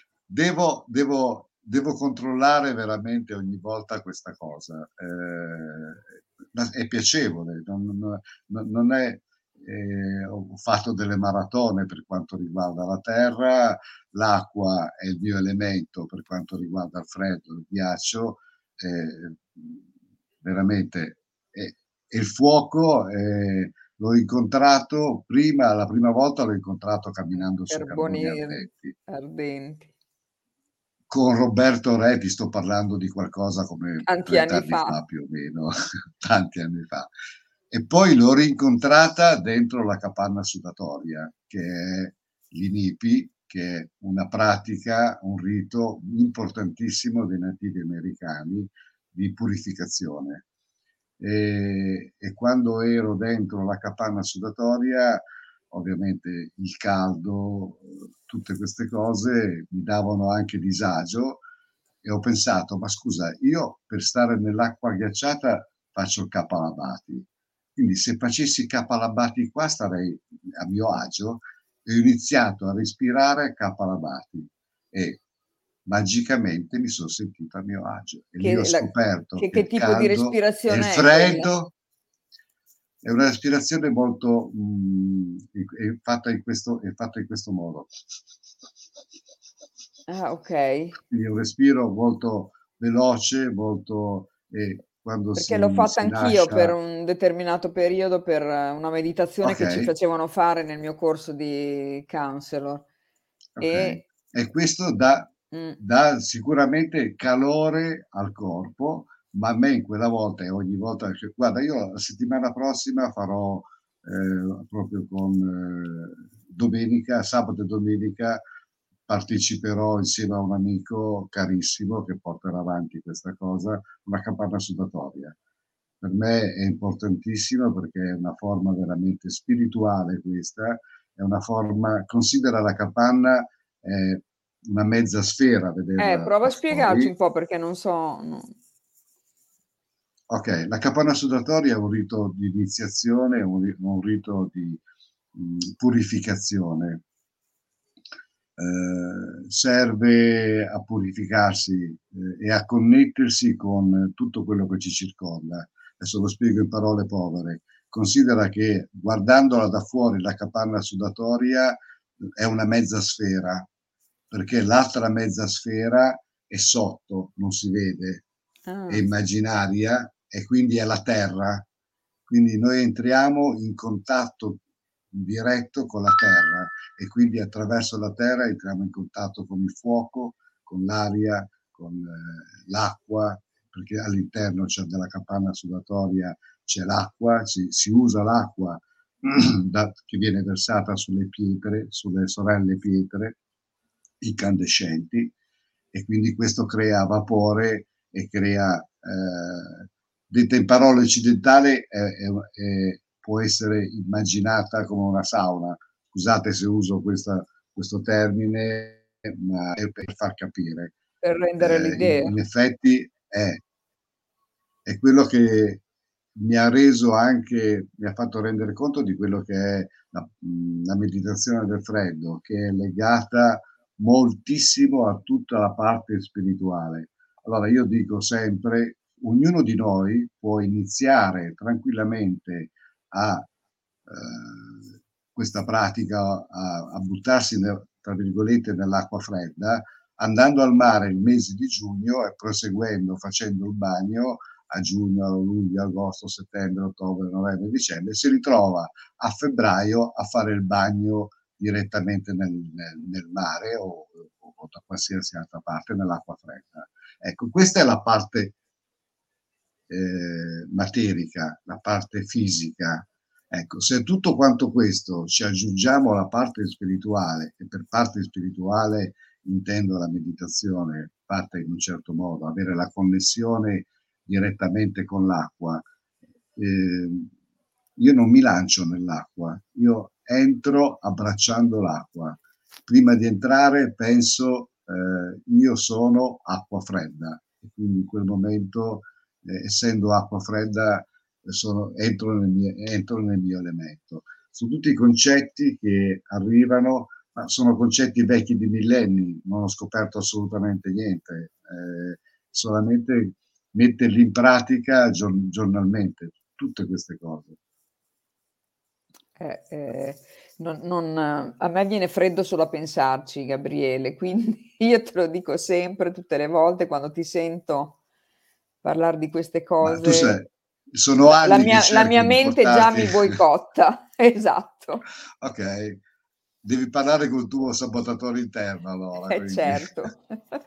devo controllare veramente ogni volta questa cosa. Ma è piacevole, non è... ho fatto delle maratone per quanto riguarda la terra, l'acqua è il mio elemento per quanto riguarda il freddo, il ghiaccio, eh, veramente. E il fuoco l'ho incontrato prima, la prima volta l'ho incontrato camminando sui carboni Carboni ardenti. ardenti. Con Roberto Re ti sto parlando di qualcosa come Tanti 30 anni anni fa. fa più o meno, tanti anni fa. E poi l'ho rincontrata dentro la capanna sudatoria, che è l'INIPI, che è una pratica, un rito importantissimo dei nativi americani di purificazione. E quando ero dentro la capanna sudatoria, ovviamente il caldo, tutte queste cose mi davano anche disagio e ho pensato, ma scusa, io per stare nell'acqua ghiacciata faccio il Kapalabhati, quindi se facessi Kapalabhati qua starei a mio agio e ho iniziato a respirare Kapalabhati e magicamente mi sono sentito a mio agio e lì ho Che, la- scoperto che che il tipo di caldo e il respirazione è quella? freddo è una respirazione molto è fatta in questo modo. Ah, ok. Quindi un respiro molto veloce, molto quando Perché l'ho fatta si anch'io per lascia. un determinato periodo, per una meditazione Ok, che ci facevano fare nel mio corso di counselor. ok. E E questo mm, dà sicuramente calore al corpo, ma a me in quella volta e ogni volta, guarda, io la settimana prossima farò proprio con domenica, sabato e domenica, parteciperò insieme a un amico carissimo che porterà avanti questa cosa, una campagna sudatoria. Per me è importantissima perché è una forma veramente spirituale questa, è una forma, considera la capanna una mezza sfera, vederla prova da a spiegarci un fuori. po' perché non so. Ok, la capanna sudatoria è un rito di iniziazione, un rito di purificazione. Serve a purificarsi e a connettersi con tutto quello che ci circonda. Adesso lo spiego in parole povere. Considera che guardandola da fuori la capanna sudatoria è una mezza sfera, perché l'altra mezza sfera è sotto, non si vede, è Ah, immaginaria e quindi è la terra. Quindi noi entriamo in contatto diretto con la terra, e quindi attraverso la terra entriamo in contatto con il fuoco, con l'aria, con l'acqua, perché all'interno della capanna sudatoria c'è l'acqua, si usa l'acqua che viene versata sulle pietre, sulle sorelle pietre incandescenti, e quindi questo crea vapore e crea, detta in parole occidentali, può essere immaginata come una sauna. Scusate se uso questo termine, ma è per far capire. Per rendere l'idea. In effetti è quello che mi ha fatto rendere conto di quello che è la meditazione del freddo, che è legata moltissimo a tutta la parte spirituale. Allora io dico sempre, ognuno di noi può iniziare tranquillamente a questa pratica, a buttarsi, tra virgolette, nell'acqua fredda, andando al mare il mese di giugno e proseguendo, facendo il bagno a giugno, a luglio, agosto, settembre, ottobre, novembre, dicembre, si ritrova a febbraio a fare il bagno direttamente nel mare o da qualsiasi altra parte, nell'acqua fredda. Ecco, questa è la parte materica, la parte fisica. Ecco, se a tutto quanto questo ci aggiungiamo la parte spirituale, e per parte spirituale intendo la meditazione fatta in un certo modo, avere la connessione direttamente con l'acqua. Io non mi lancio nell'acqua, io entro abbracciando l'acqua. Prima di entrare penso, io sono acqua fredda, e quindi in quel momento, essendo acqua fredda, entro nel mio elemento. Sono tutti concetti che arrivano, ma sono concetti vecchi di millenni, non ho scoperto assolutamente niente, solamente metterli in pratica giornalmente, tutte queste cose. A me viene freddo solo a pensarci, Gabriele, quindi io te lo dico sempre, tutte le volte quando ti sento parlare di queste Ma tu sai, cose, sono anni che la mia cerco di mente già portarti. mi boicotta, esatto. Ok, devi parlare col tuo sabotatore interno allora, quindi. Certo.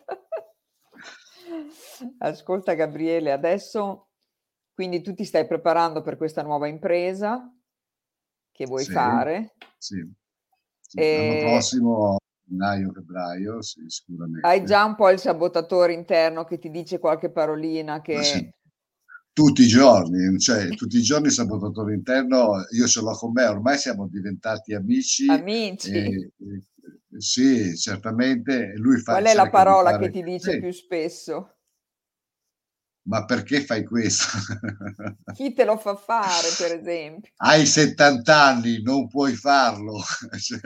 Ascolta Gabriele, adesso quindi tu ti stai preparando per questa nuova impresa che vuoi Sì, fare. sì, sì. L'anno E prossimo, gennaio, febbraio, sì, hai sicuramente. già un po' il sabotatore interno che ti dice qualche parolina Ma sì, che... tutti i giorni, cioè tutti i giorni il sabotatore interno, io ce l'ho con me, ormai siamo diventati amici, Amici, sì, certamente, lui qual è la cerca di parola che fare, ti dice sì, più spesso? ma perché fai questo? Chi te lo fa fare, per esempio? Hai 70 anni, non puoi farlo. Cioè,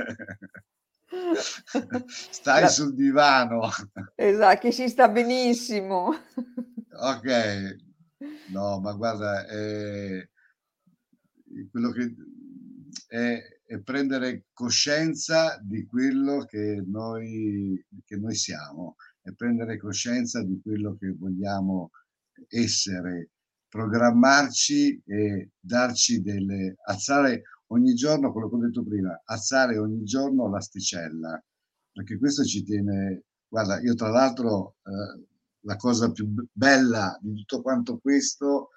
stai La- sul divano. Esatto, che si sta benissimo. Ok, no, ma guarda, quello è prendere coscienza di quello che noi siamo, e prendere coscienza di quello che vogliamo essere, programmarci e alzare ogni giorno, quello che ho detto prima, alzare ogni giorno l'asticella, perché questo ci tiene. Guarda, io tra l'altro, la cosa più bella di tutto quanto questo,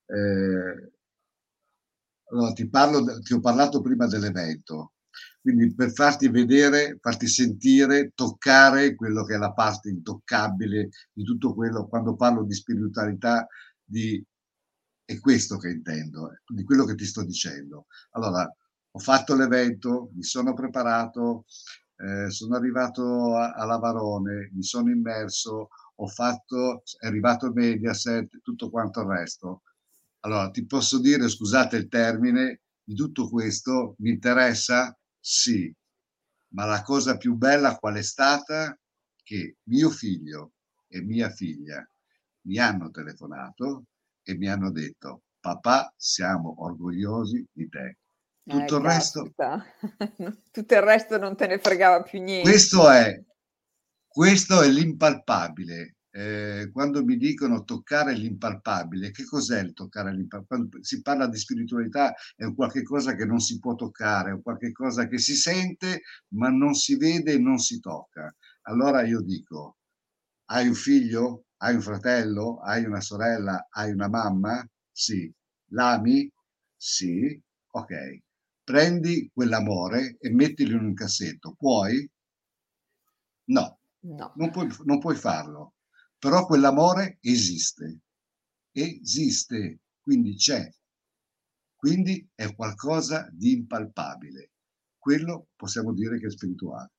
allora ti ho parlato prima dell'evento, quindi per farti vedere, farti sentire, toccare quello che è la parte intoccabile di tutto quello, quando parlo di spiritualità, è questo che intendo, di quello che ti sto dicendo. Allora, ho fatto l'evento, mi sono preparato, sono arrivato a Lavarone, mi sono immerso, è arrivato Mediaset, tutto quanto il resto. Allora, ti posso dire, scusate il termine, di tutto questo mi interessa? Sì, ma la cosa più bella qual è stata? Che mio figlio e mia figlia mi hanno telefonato e mi hanno detto: papà, siamo orgogliosi di te. Tutto il resto, Caspita, tutto il resto non te ne fregava più niente. questo è, questo è l'impalpabile. quando mi dicono toccare l'impalpabile, che cos'è il toccare l'impalpabile? Quando si parla di spiritualità è un qualche cosa che non si può toccare, è un qualche cosa che si sente ma non si vede e non si tocca. Allora io dico, hai un figlio? Hai un fratello? Hai una sorella? Hai una mamma? Sì. L'ami? Sì. Ok. Prendi quell'amore e mettilo in un cassetto. Puoi? No, No. non puoi farlo. Però quell'amore esiste. Esiste, quindi c'è. Quindi è qualcosa di impalpabile. Quello possiamo dire che è spirituale.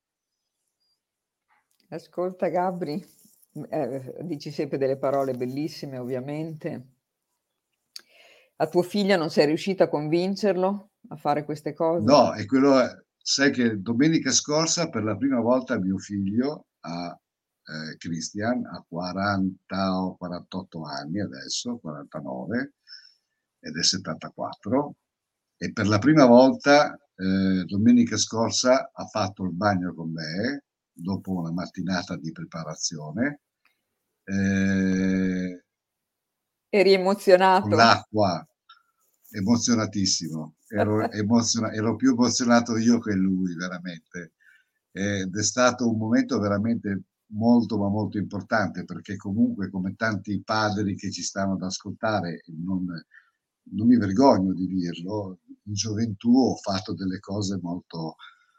Ascolta Gabri, dici sempre delle parole bellissime, ovviamente. A tuo figlio non sei riuscita a convincerlo a fare queste cose? No, sai che domenica scorsa per la prima volta mio figlio Christian ha 40 o 48 anni adesso, 49 ed è 74 e per la prima volta domenica scorsa ha fatto il bagno con me dopo una mattinata di preparazione eh, Eri con emozionato? l'acqua, emozionatissimo, ero più emozionato io che lui, veramente. Ed è stato un momento veramente molto, ma molto importante, perché comunque, come tanti padri che ci stanno ad ascoltare, non mi vergogno di dirlo, in gioventù ho fatto delle cose molto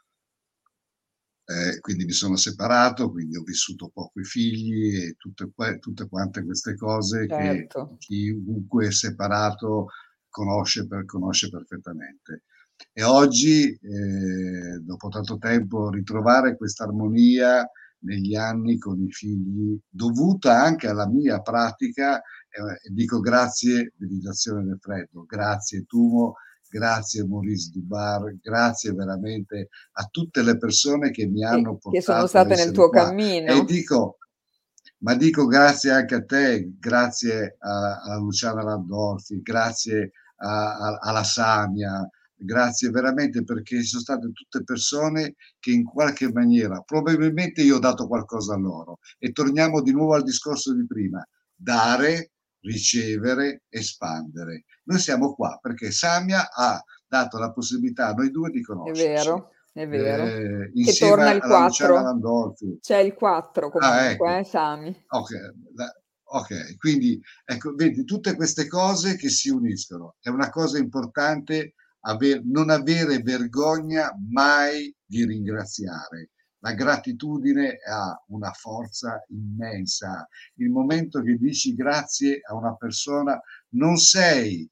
quindi mi sono separato, quindi ho vissuto poco i figli e tutte quante queste cose che Certo. chiunque è separato conosce perfettamente. E oggi, dopo tanto tempo, ritrovare questa armonia negli anni con i figli, dovuta anche alla mia pratica, dico grazie Meditazione del Freddo, grazie Tumo, grazie Maurice Dubar, grazie veramente a tutte le persone che mi hanno Che sono portato a state nel essere tuo qua. E cammino? dico grazie anche a te, grazie a Luciana Landolfi, grazie alla Samia, grazie veramente perché sono state tutte persone che in qualche maniera, probabilmente io ho dato qualcosa a loro. E torniamo di nuovo al discorso di prima, dare, ricevere, espandere. Noi siamo qua perché Samia ha dato la possibilità a noi due di È conoscerci, vero, è vero. Che insieme torna il alla Luciana 4. Landolfi. C'è il 4 Ah, comunque, ecco. Sami? Ok, ok, quindi ecco, vedi tutte queste cose che si uniscono. È una cosa importante non avere vergogna mai di ringraziare. La gratitudine ha una forza immensa. Il momento che dici grazie a una persona, non sei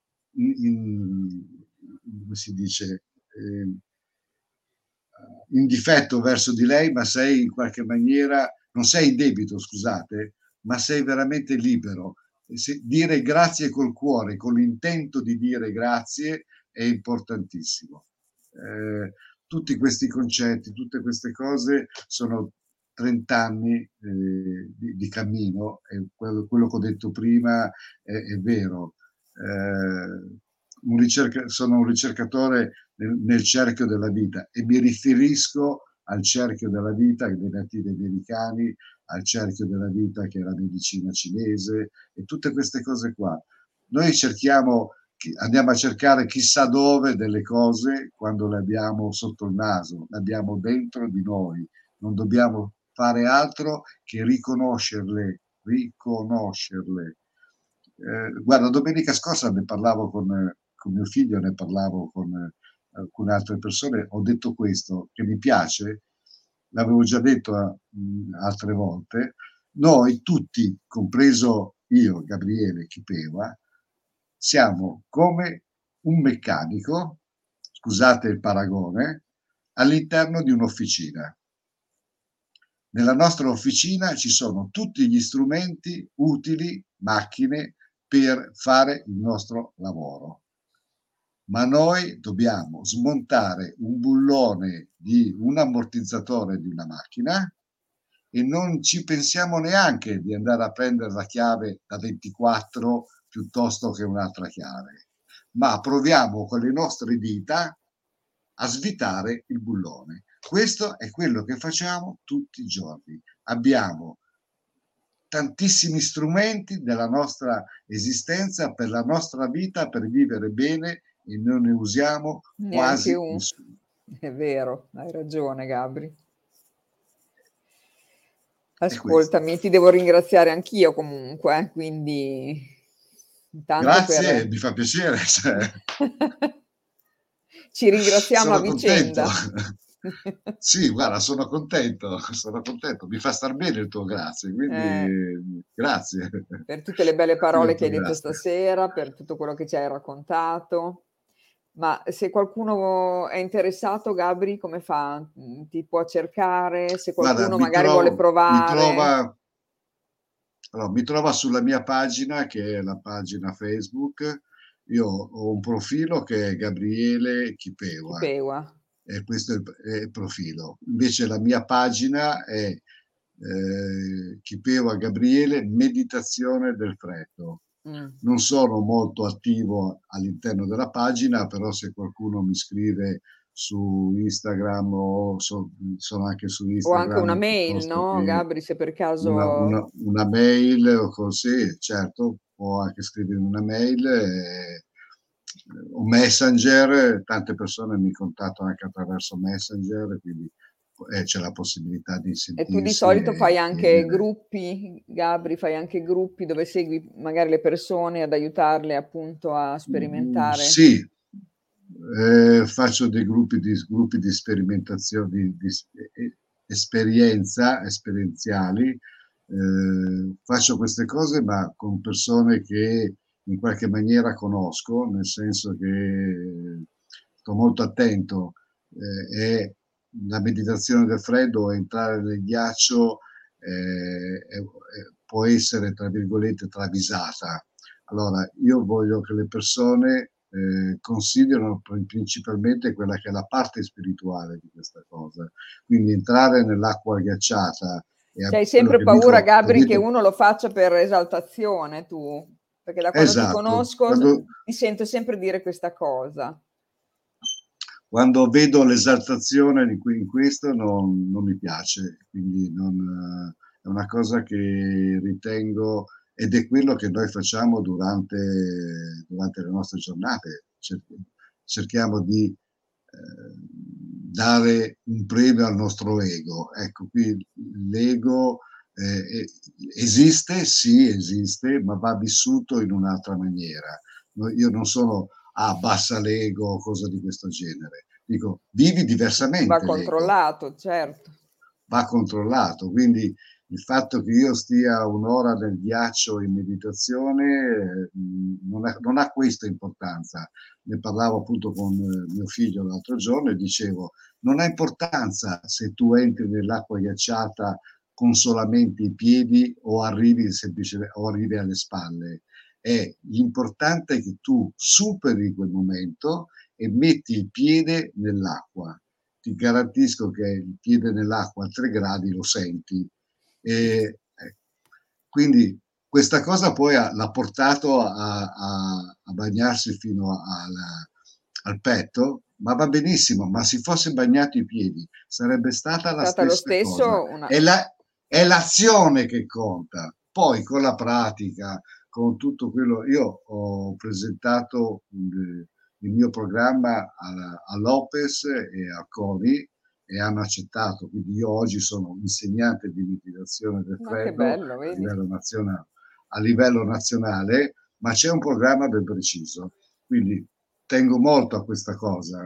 come si dice, in difetto verso di lei, ma sei in qualche maniera, non sei in debito, scusate, ma sei veramente libero. Dire grazie col cuore, con l'intento di dire grazie, è importantissimo. Tutti questi concetti, tutte queste cose sono 30 anni di cammino e quello che ho detto prima è vero. Sono un ricercatore nel cerchio della vita e mi riferisco al cerchio della vita dei nativi americani, al cerchio della vita che è la medicina cinese e tutte queste cose qua. Noi andiamo a cercare chissà dove delle cose quando le abbiamo sotto il naso, le abbiamo dentro di noi. Non dobbiamo fare altro che riconoscerle, riconoscerle. Guarda, domenica scorsa ne parlavo con mio figlio, ne parlavo con alcune altre persone, ho detto questo, che mi piace, l'avevo già detto altre volte, noi tutti, compreso io, Gabriele Chipeva, siamo come un meccanico, scusate il paragone, all'interno di un'officina. Nella nostra officina ci sono tutti gli strumenti utili, macchine, per fare il nostro lavoro. Ma noi dobbiamo smontare un bullone di un ammortizzatore di una macchina e non ci pensiamo neanche di andare a prendere la chiave da 24 piuttosto che un'altra chiave, ma proviamo con le nostre dita a svitare il bullone. Questo è quello che facciamo tutti i giorni. Abbiamo tantissimi strumenti della nostra esistenza, per la nostra vita, per vivere bene, e non ne usiamo Neanche quasi un nessuno. È vero, hai ragione Gabri. È questo. Ascoltami, ti devo ringraziare anch'io comunque, quindi intanto Grazie, per mi fa piacere, cioè, ci ringraziamo a sono contento. vicenda. Sì, guarda, sono contento, mi fa star bene il tuo grazie, Eh, quindi grazie. per tutte le belle parole Il che tuo hai detto grazie. stasera, per tutto quello che ci hai raccontato. Ma se qualcuno è interessato, Gabri, come fa? Ti può cercare? Se Guarda, qualcuno magari vuole provare? allora, mi trova sulla mia pagina, che è la pagina Facebook. Io ho un profilo che è Gabriele Chi Chipewa, pewa? e questo è il profilo. Invece la mia pagina è Chipewa Gabriele, Meditazione del Freddo. Mm. Non sono molto attivo all'interno della pagina, però se qualcuno mi scrive su Instagram, sono anche su O anche una Instagram, mail, piuttosto no, che Gabri, se per caso... una mail o così, certo, può anche scrivere una mail, o Messenger. Tante persone mi contattano anche attraverso Messenger, quindi c'è la possibilità di E tu di sentirsi solito fai e anche vedere. gruppi, Gabri, fai anche gruppi dove segui magari le persone ad aiutarle appunto a sperimentare? Sì, faccio dei gruppi di sperimentazione, esperienziali. Faccio queste cose, ma con persone che in qualche maniera conosco, nel senso che sto molto attento. E la meditazione del freddo, entrare nel ghiaccio, può essere, tra virgolette, travisata. Allora, io voglio che le persone considerano principalmente quella che è la parte spirituale di questa cosa. Quindi entrare nell'acqua ghiacciata, C'hai quello sempre che paura, dico, Gabri, che uno lo faccia per esaltazione, tu? Perché da quando ti esatto, conosco ti sento sempre dire questa cosa. quando vedo l'esaltazione in questo non mi piace, quindi è una cosa che ritengo, ed è quello che noi facciamo durante le nostre giornate. Cerchiamo di dare un premio al nostro ego. Ecco, qui l'ego esiste, sì, esiste, ma va vissuto in un'altra maniera. Io non sono bassa l'ego o cosa di questo genere. Dico, vivi Va diversamente l'ego, controllato, certo. va controllato. Quindi il fatto che io stia un'ora nel ghiaccio in meditazione non ha questa importanza. Ne parlavo appunto con mio figlio l'altro giorno e dicevo, non ha importanza se tu entri nell'acqua ghiacciata con solamente i piedi o arrivi semplicemente o arrivi alle spalle. L'importante è che tu superi quel momento e metti il piede nell'acqua. Ti garantisco che il piede nell'acqua a 3 gradi lo senti. E, quindi questa cosa poi l'ha portato a bagnarsi fino al petto, ma va benissimo, ma se fosse bagnato i piedi sarebbe stata È la stata lo stessa cosa. stesso una... È l'azione che conta. Poi con la pratica, con tutto quello, io ho presentato il mio programma a Lopez e a Coni e hanno accettato. Quindi io oggi sono insegnante di meditazione del Ma che freddo bello, a vedi? livello nazionale, ma c'è un programma ben preciso. Quindi tengo molto a questa cosa,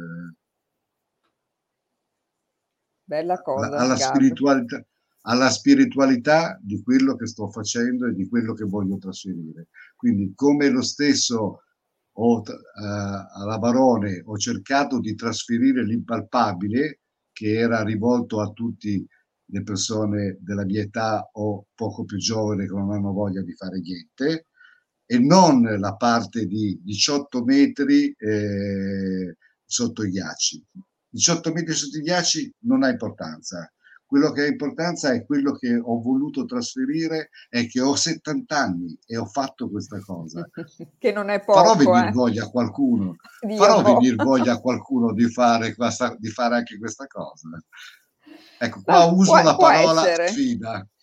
Bella cosa, alla Gabri. spiritualità, alla spiritualità di quello che sto facendo e di quello che voglio trasferire. Quindi come lo stesso alla Barone ho cercato di trasferire l'impalpabile che era rivolto a tutte le persone della mia età o poco più giovane che non hanno voglia di fare niente, e non la parte di 18 metri sotto i ghiacci. 18 metri sotto i ghiacci non ha importanza. Quello che ha importanza è quello che ho voluto trasferire, è che ho 70 anni e ho fatto questa cosa. Che non è Farò poco, venire voglia a qualcuno, Dio farò boh. venire voglia a qualcuno di fare anche questa cosa. Ecco, qua Ma uso la può parola essere. sfida.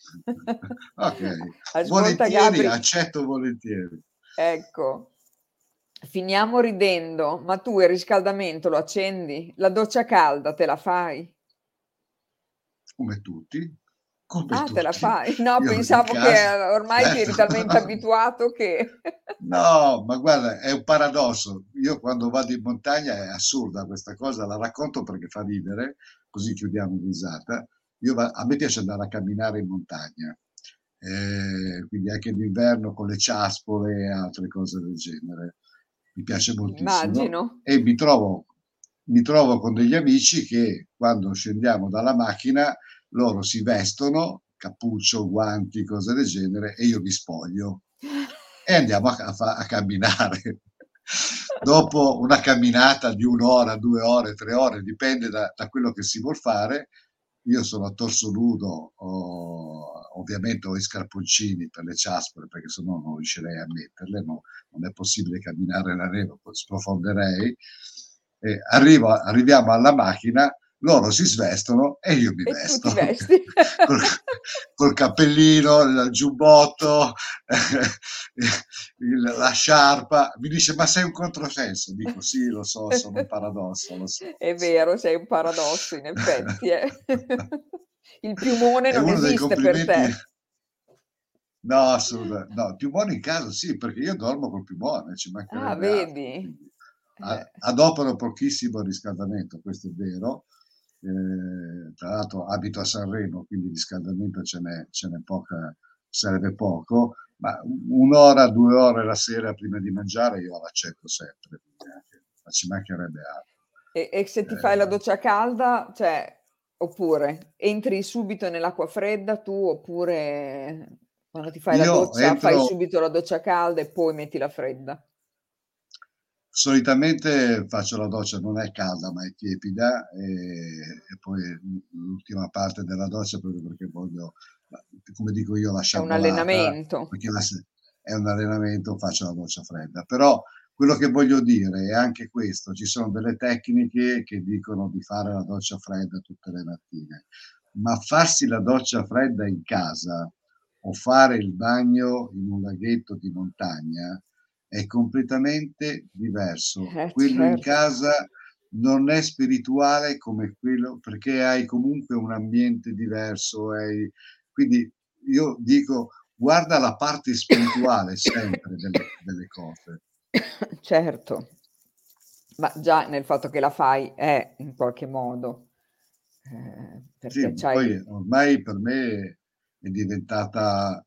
Ok, Ascolta volentieri, Gabri, accetto volentieri. ecco, finiamo ridendo, ma tu il riscaldamento lo accendi? La doccia calda te la fai? Come tutti, come Ah, te la tutti. fai? No, Io in pensavo che casa, ormai ti eri certo. talmente abituato che... No, ma guarda, è un paradosso. Io quando vado in montagna è assurda questa cosa, la racconto perché fa ridere, così chiudiamo in risata. A me piace andare a camminare in montagna, quindi anche d'inverno con le ciaspole e altre cose del genere. Mi piace moltissimo Immagino. e mi trovo con degli amici che quando scendiamo dalla macchina loro si vestono, cappuccio, guanti, cose del genere, e io mi spoglio e andiamo a camminare. Dopo una camminata di 1 ora, 2 ore, 3 ore, dipende da quello che si vuol fare. Io sono a torso nudo, ovviamente ho i scarponcini per le ciaspole perché sennò non riuscirei a metterle, no? Non è possibile camminare nella neve, sprofonderei. Arriviamo alla macchina, loro si svestono e io mi E tu ti vesto vesti. col, col cappellino, il giubbotto, la sciarpa. Mi dice: Ma sei un controsenso? Dico: Sì, lo so, sono un paradosso, lo so, È lo so. vero, sei un paradosso in effetti, eh. Il piumone È non uno dei esiste per complimenti. te. No, assolutamente. No, il piumone in casa sì, perché io dormo col piumone, ci Ah, mancherebbe altro. vedi? Quindi, Eh, adopero pochissimo riscaldamento, questo è vero. Tra l'altro abito a Sanremo, quindi riscaldamento ce n'è poca, sarebbe poco, ma 1 ora, 2 ore la sera prima di mangiare io l'accetto sempre, ma ci mancherebbe altro. e se ti fai la Eh, doccia calda, cioè, oppure entri subito nell'acqua fredda tu, oppure quando ti fai la io doccia fai entro. subito la doccia calda e poi metti la fredda? Solitamente faccio la doccia, non è calda ma è tiepida, e poi l'ultima parte della doccia proprio perché voglio, come dico io, la È un sciabolata, allenamento. perché è un allenamento, faccio la doccia fredda. Però quello che voglio dire è anche questo: ci sono delle tecniche che dicono di fare la doccia fredda tutte le mattine, ma farsi la doccia fredda in casa o fare il bagno in un laghetto di montagna è completamente diverso. Quello in Certo. casa non è spirituale come quello, perché hai comunque un ambiente diverso, quindi io dico guarda la parte spirituale sempre delle cose. Certo, ma già nel fatto che la fai è in qualche modo, Sì, perché poi c'hai ormai per me è diventata,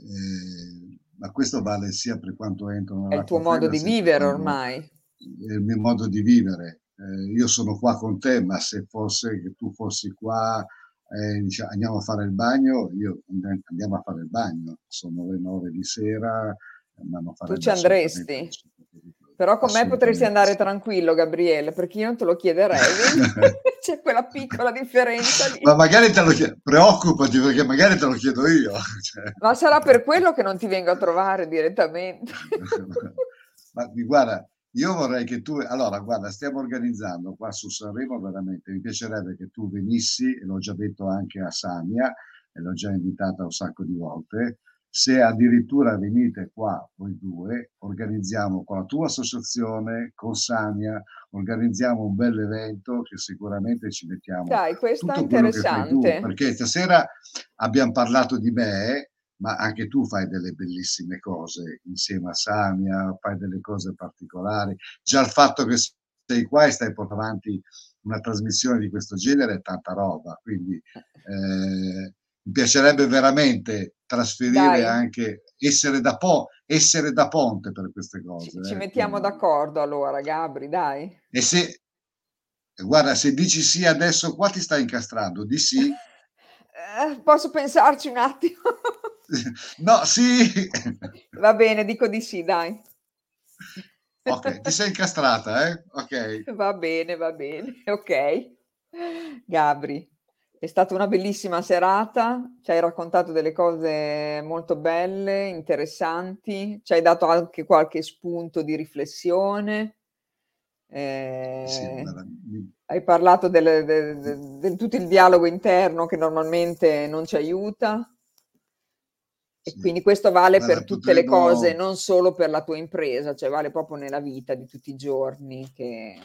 ma questo vale sia per quanto entro è il tuo nell'acqua modo fredda, di sia per vivere quando ormai. è il mio modo di vivere. Io sono qua con te, ma se fosse che tu fossi qua, andiamo a fare il bagno, andiamo a fare il bagno. Sono le 9 di sera, ma non Tu ci farebbe assolutamente andresti, nessun tipo di problema. però con me potresti Assolutamente andare sì. tranquillo, Gabriele, perché io non te lo chiederei, vedi? C'è quella piccola differenza Ma lì. magari te lo chiedo, preoccupati perché magari te lo chiedo io. Cioè. Ma sarà per quello che non ti vengo a trovare direttamente. Ma guarda, io vorrei che tu, allora, guarda, stiamo organizzando qua su Sanremo, veramente, mi piacerebbe che tu venissi, e l'ho già detto anche a Samia, e l'ho già invitata un sacco di volte, se addirittura venite qua voi due, organizziamo con la tua associazione, con Samia, organizziamo un bel evento che sicuramente ci mettiamo Dai, questa è tutto quello che fai tu, interessante. perché stasera abbiamo parlato di me, ma anche tu fai delle bellissime cose insieme a Samia, fai delle cose particolari. Già il fatto che sei qua e stai portando avanti una trasmissione di questo genere è tanta roba, quindi mi piacerebbe veramente trasferire Dai, anche, essere da ponte per queste cose. ci mettiamo Quindi. d'accordo allora, Gabri, dai. E se, guarda, se dici sì adesso qua ti stai incastrando, di sì? Posso pensarci un attimo? No, sì! Va bene, dico di sì, dai. Ok, ti sei incastrata, eh? Ok. Va bene, okay. Gabri, è stata una bellissima serata, ci hai raccontato delle cose molto belle, interessanti, ci hai dato anche qualche spunto di riflessione, Sì, ehm, guarda, hai parlato del tutto il dialogo interno che normalmente non ci aiuta. E sì. quindi questo vale Guarda, per tutte le cose, potremmo non solo per la tua impresa, cioè vale proprio nella vita di tutti i giorni che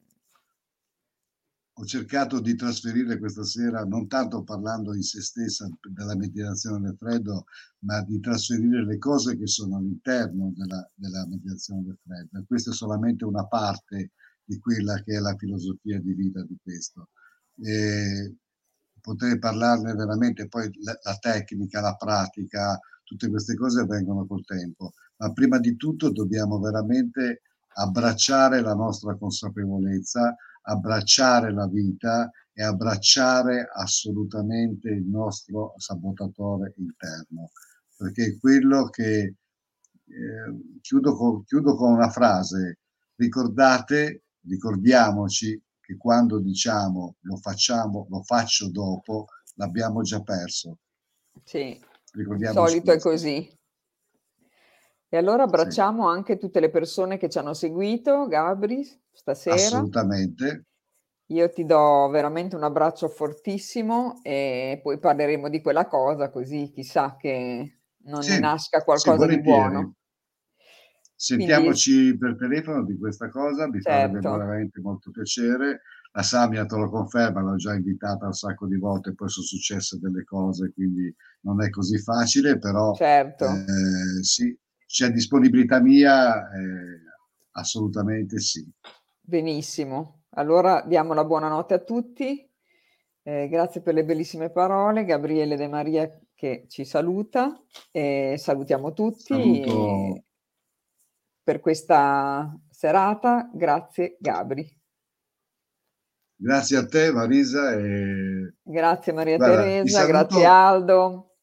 ho cercato di trasferire questa sera, non tanto parlando in se stessa della meditazione del freddo, ma di trasferire le cose che sono all'interno della meditazione del freddo. E questa è solamente una parte di quella che è la filosofia di vita di questo. E potrei parlarne veramente, poi la tecnica, la pratica, tutte queste cose vengono col tempo, ma prima di tutto dobbiamo veramente abbracciare la nostra consapevolezza, abbracciare la vita e abbracciare assolutamente il nostro sabotatore interno, perché è quello che chiudo con una frase: ricordiamoci che quando diciamo lo facciamo, lo faccio dopo, l'abbiamo già perso. sì, di Ricordiamoci solito è questo. così. E allora Sì, abbracciamo anche tutte le persone che ci hanno seguito, Gabri, stasera. assolutamente. Io ti do veramente un abbraccio fortissimo e poi parleremo di quella cosa, così chissà che non ne Sì, nasca sì, qualcosa di volentieri. buono. Quindi Sentiamoci per telefono di questa cosa, mi farebbe certo, veramente molto piacere. La Samia te lo conferma, l'ho già invitata un sacco di volte, poi sono successe delle cose, quindi non è così facile, però certo, sì, c'è disponibilità mia, assolutamente sì. benissimo. Allora diamo la buonanotte a tutti. Grazie per le bellissime parole, Gabriele De Maria che ci saluta e salutiamo Saluto, tutti per questa serata. Grazie Gabri. grazie a te Marisa e Grazie Maria guarda, Teresa, grazie Aldo.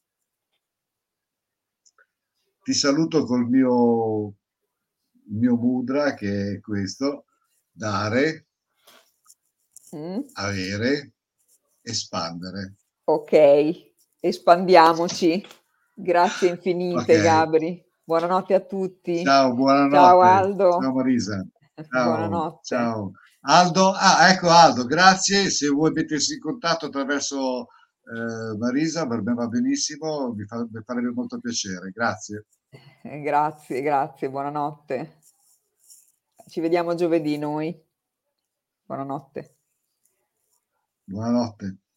ti saluto col il mio mudra che è questo, dare, Mh. avere, espandere. Okay, espandiamoci. Grazie Ok, infinite Gabri. Buonanotte a tutti. ciao, Ciao buonanotte. Ciao Aldo. Marisa. Ciao, Buonanotte. ciao. Aldo, ah, ecco Aldo, grazie. Se vuoi mettersi in contatto attraverso Marisa, per me va benissimo, mi farebbe molto piacere. Grazie. Grazie, grazie, buonanotte. Ci vediamo giovedì noi. Buonanotte. Buonanotte.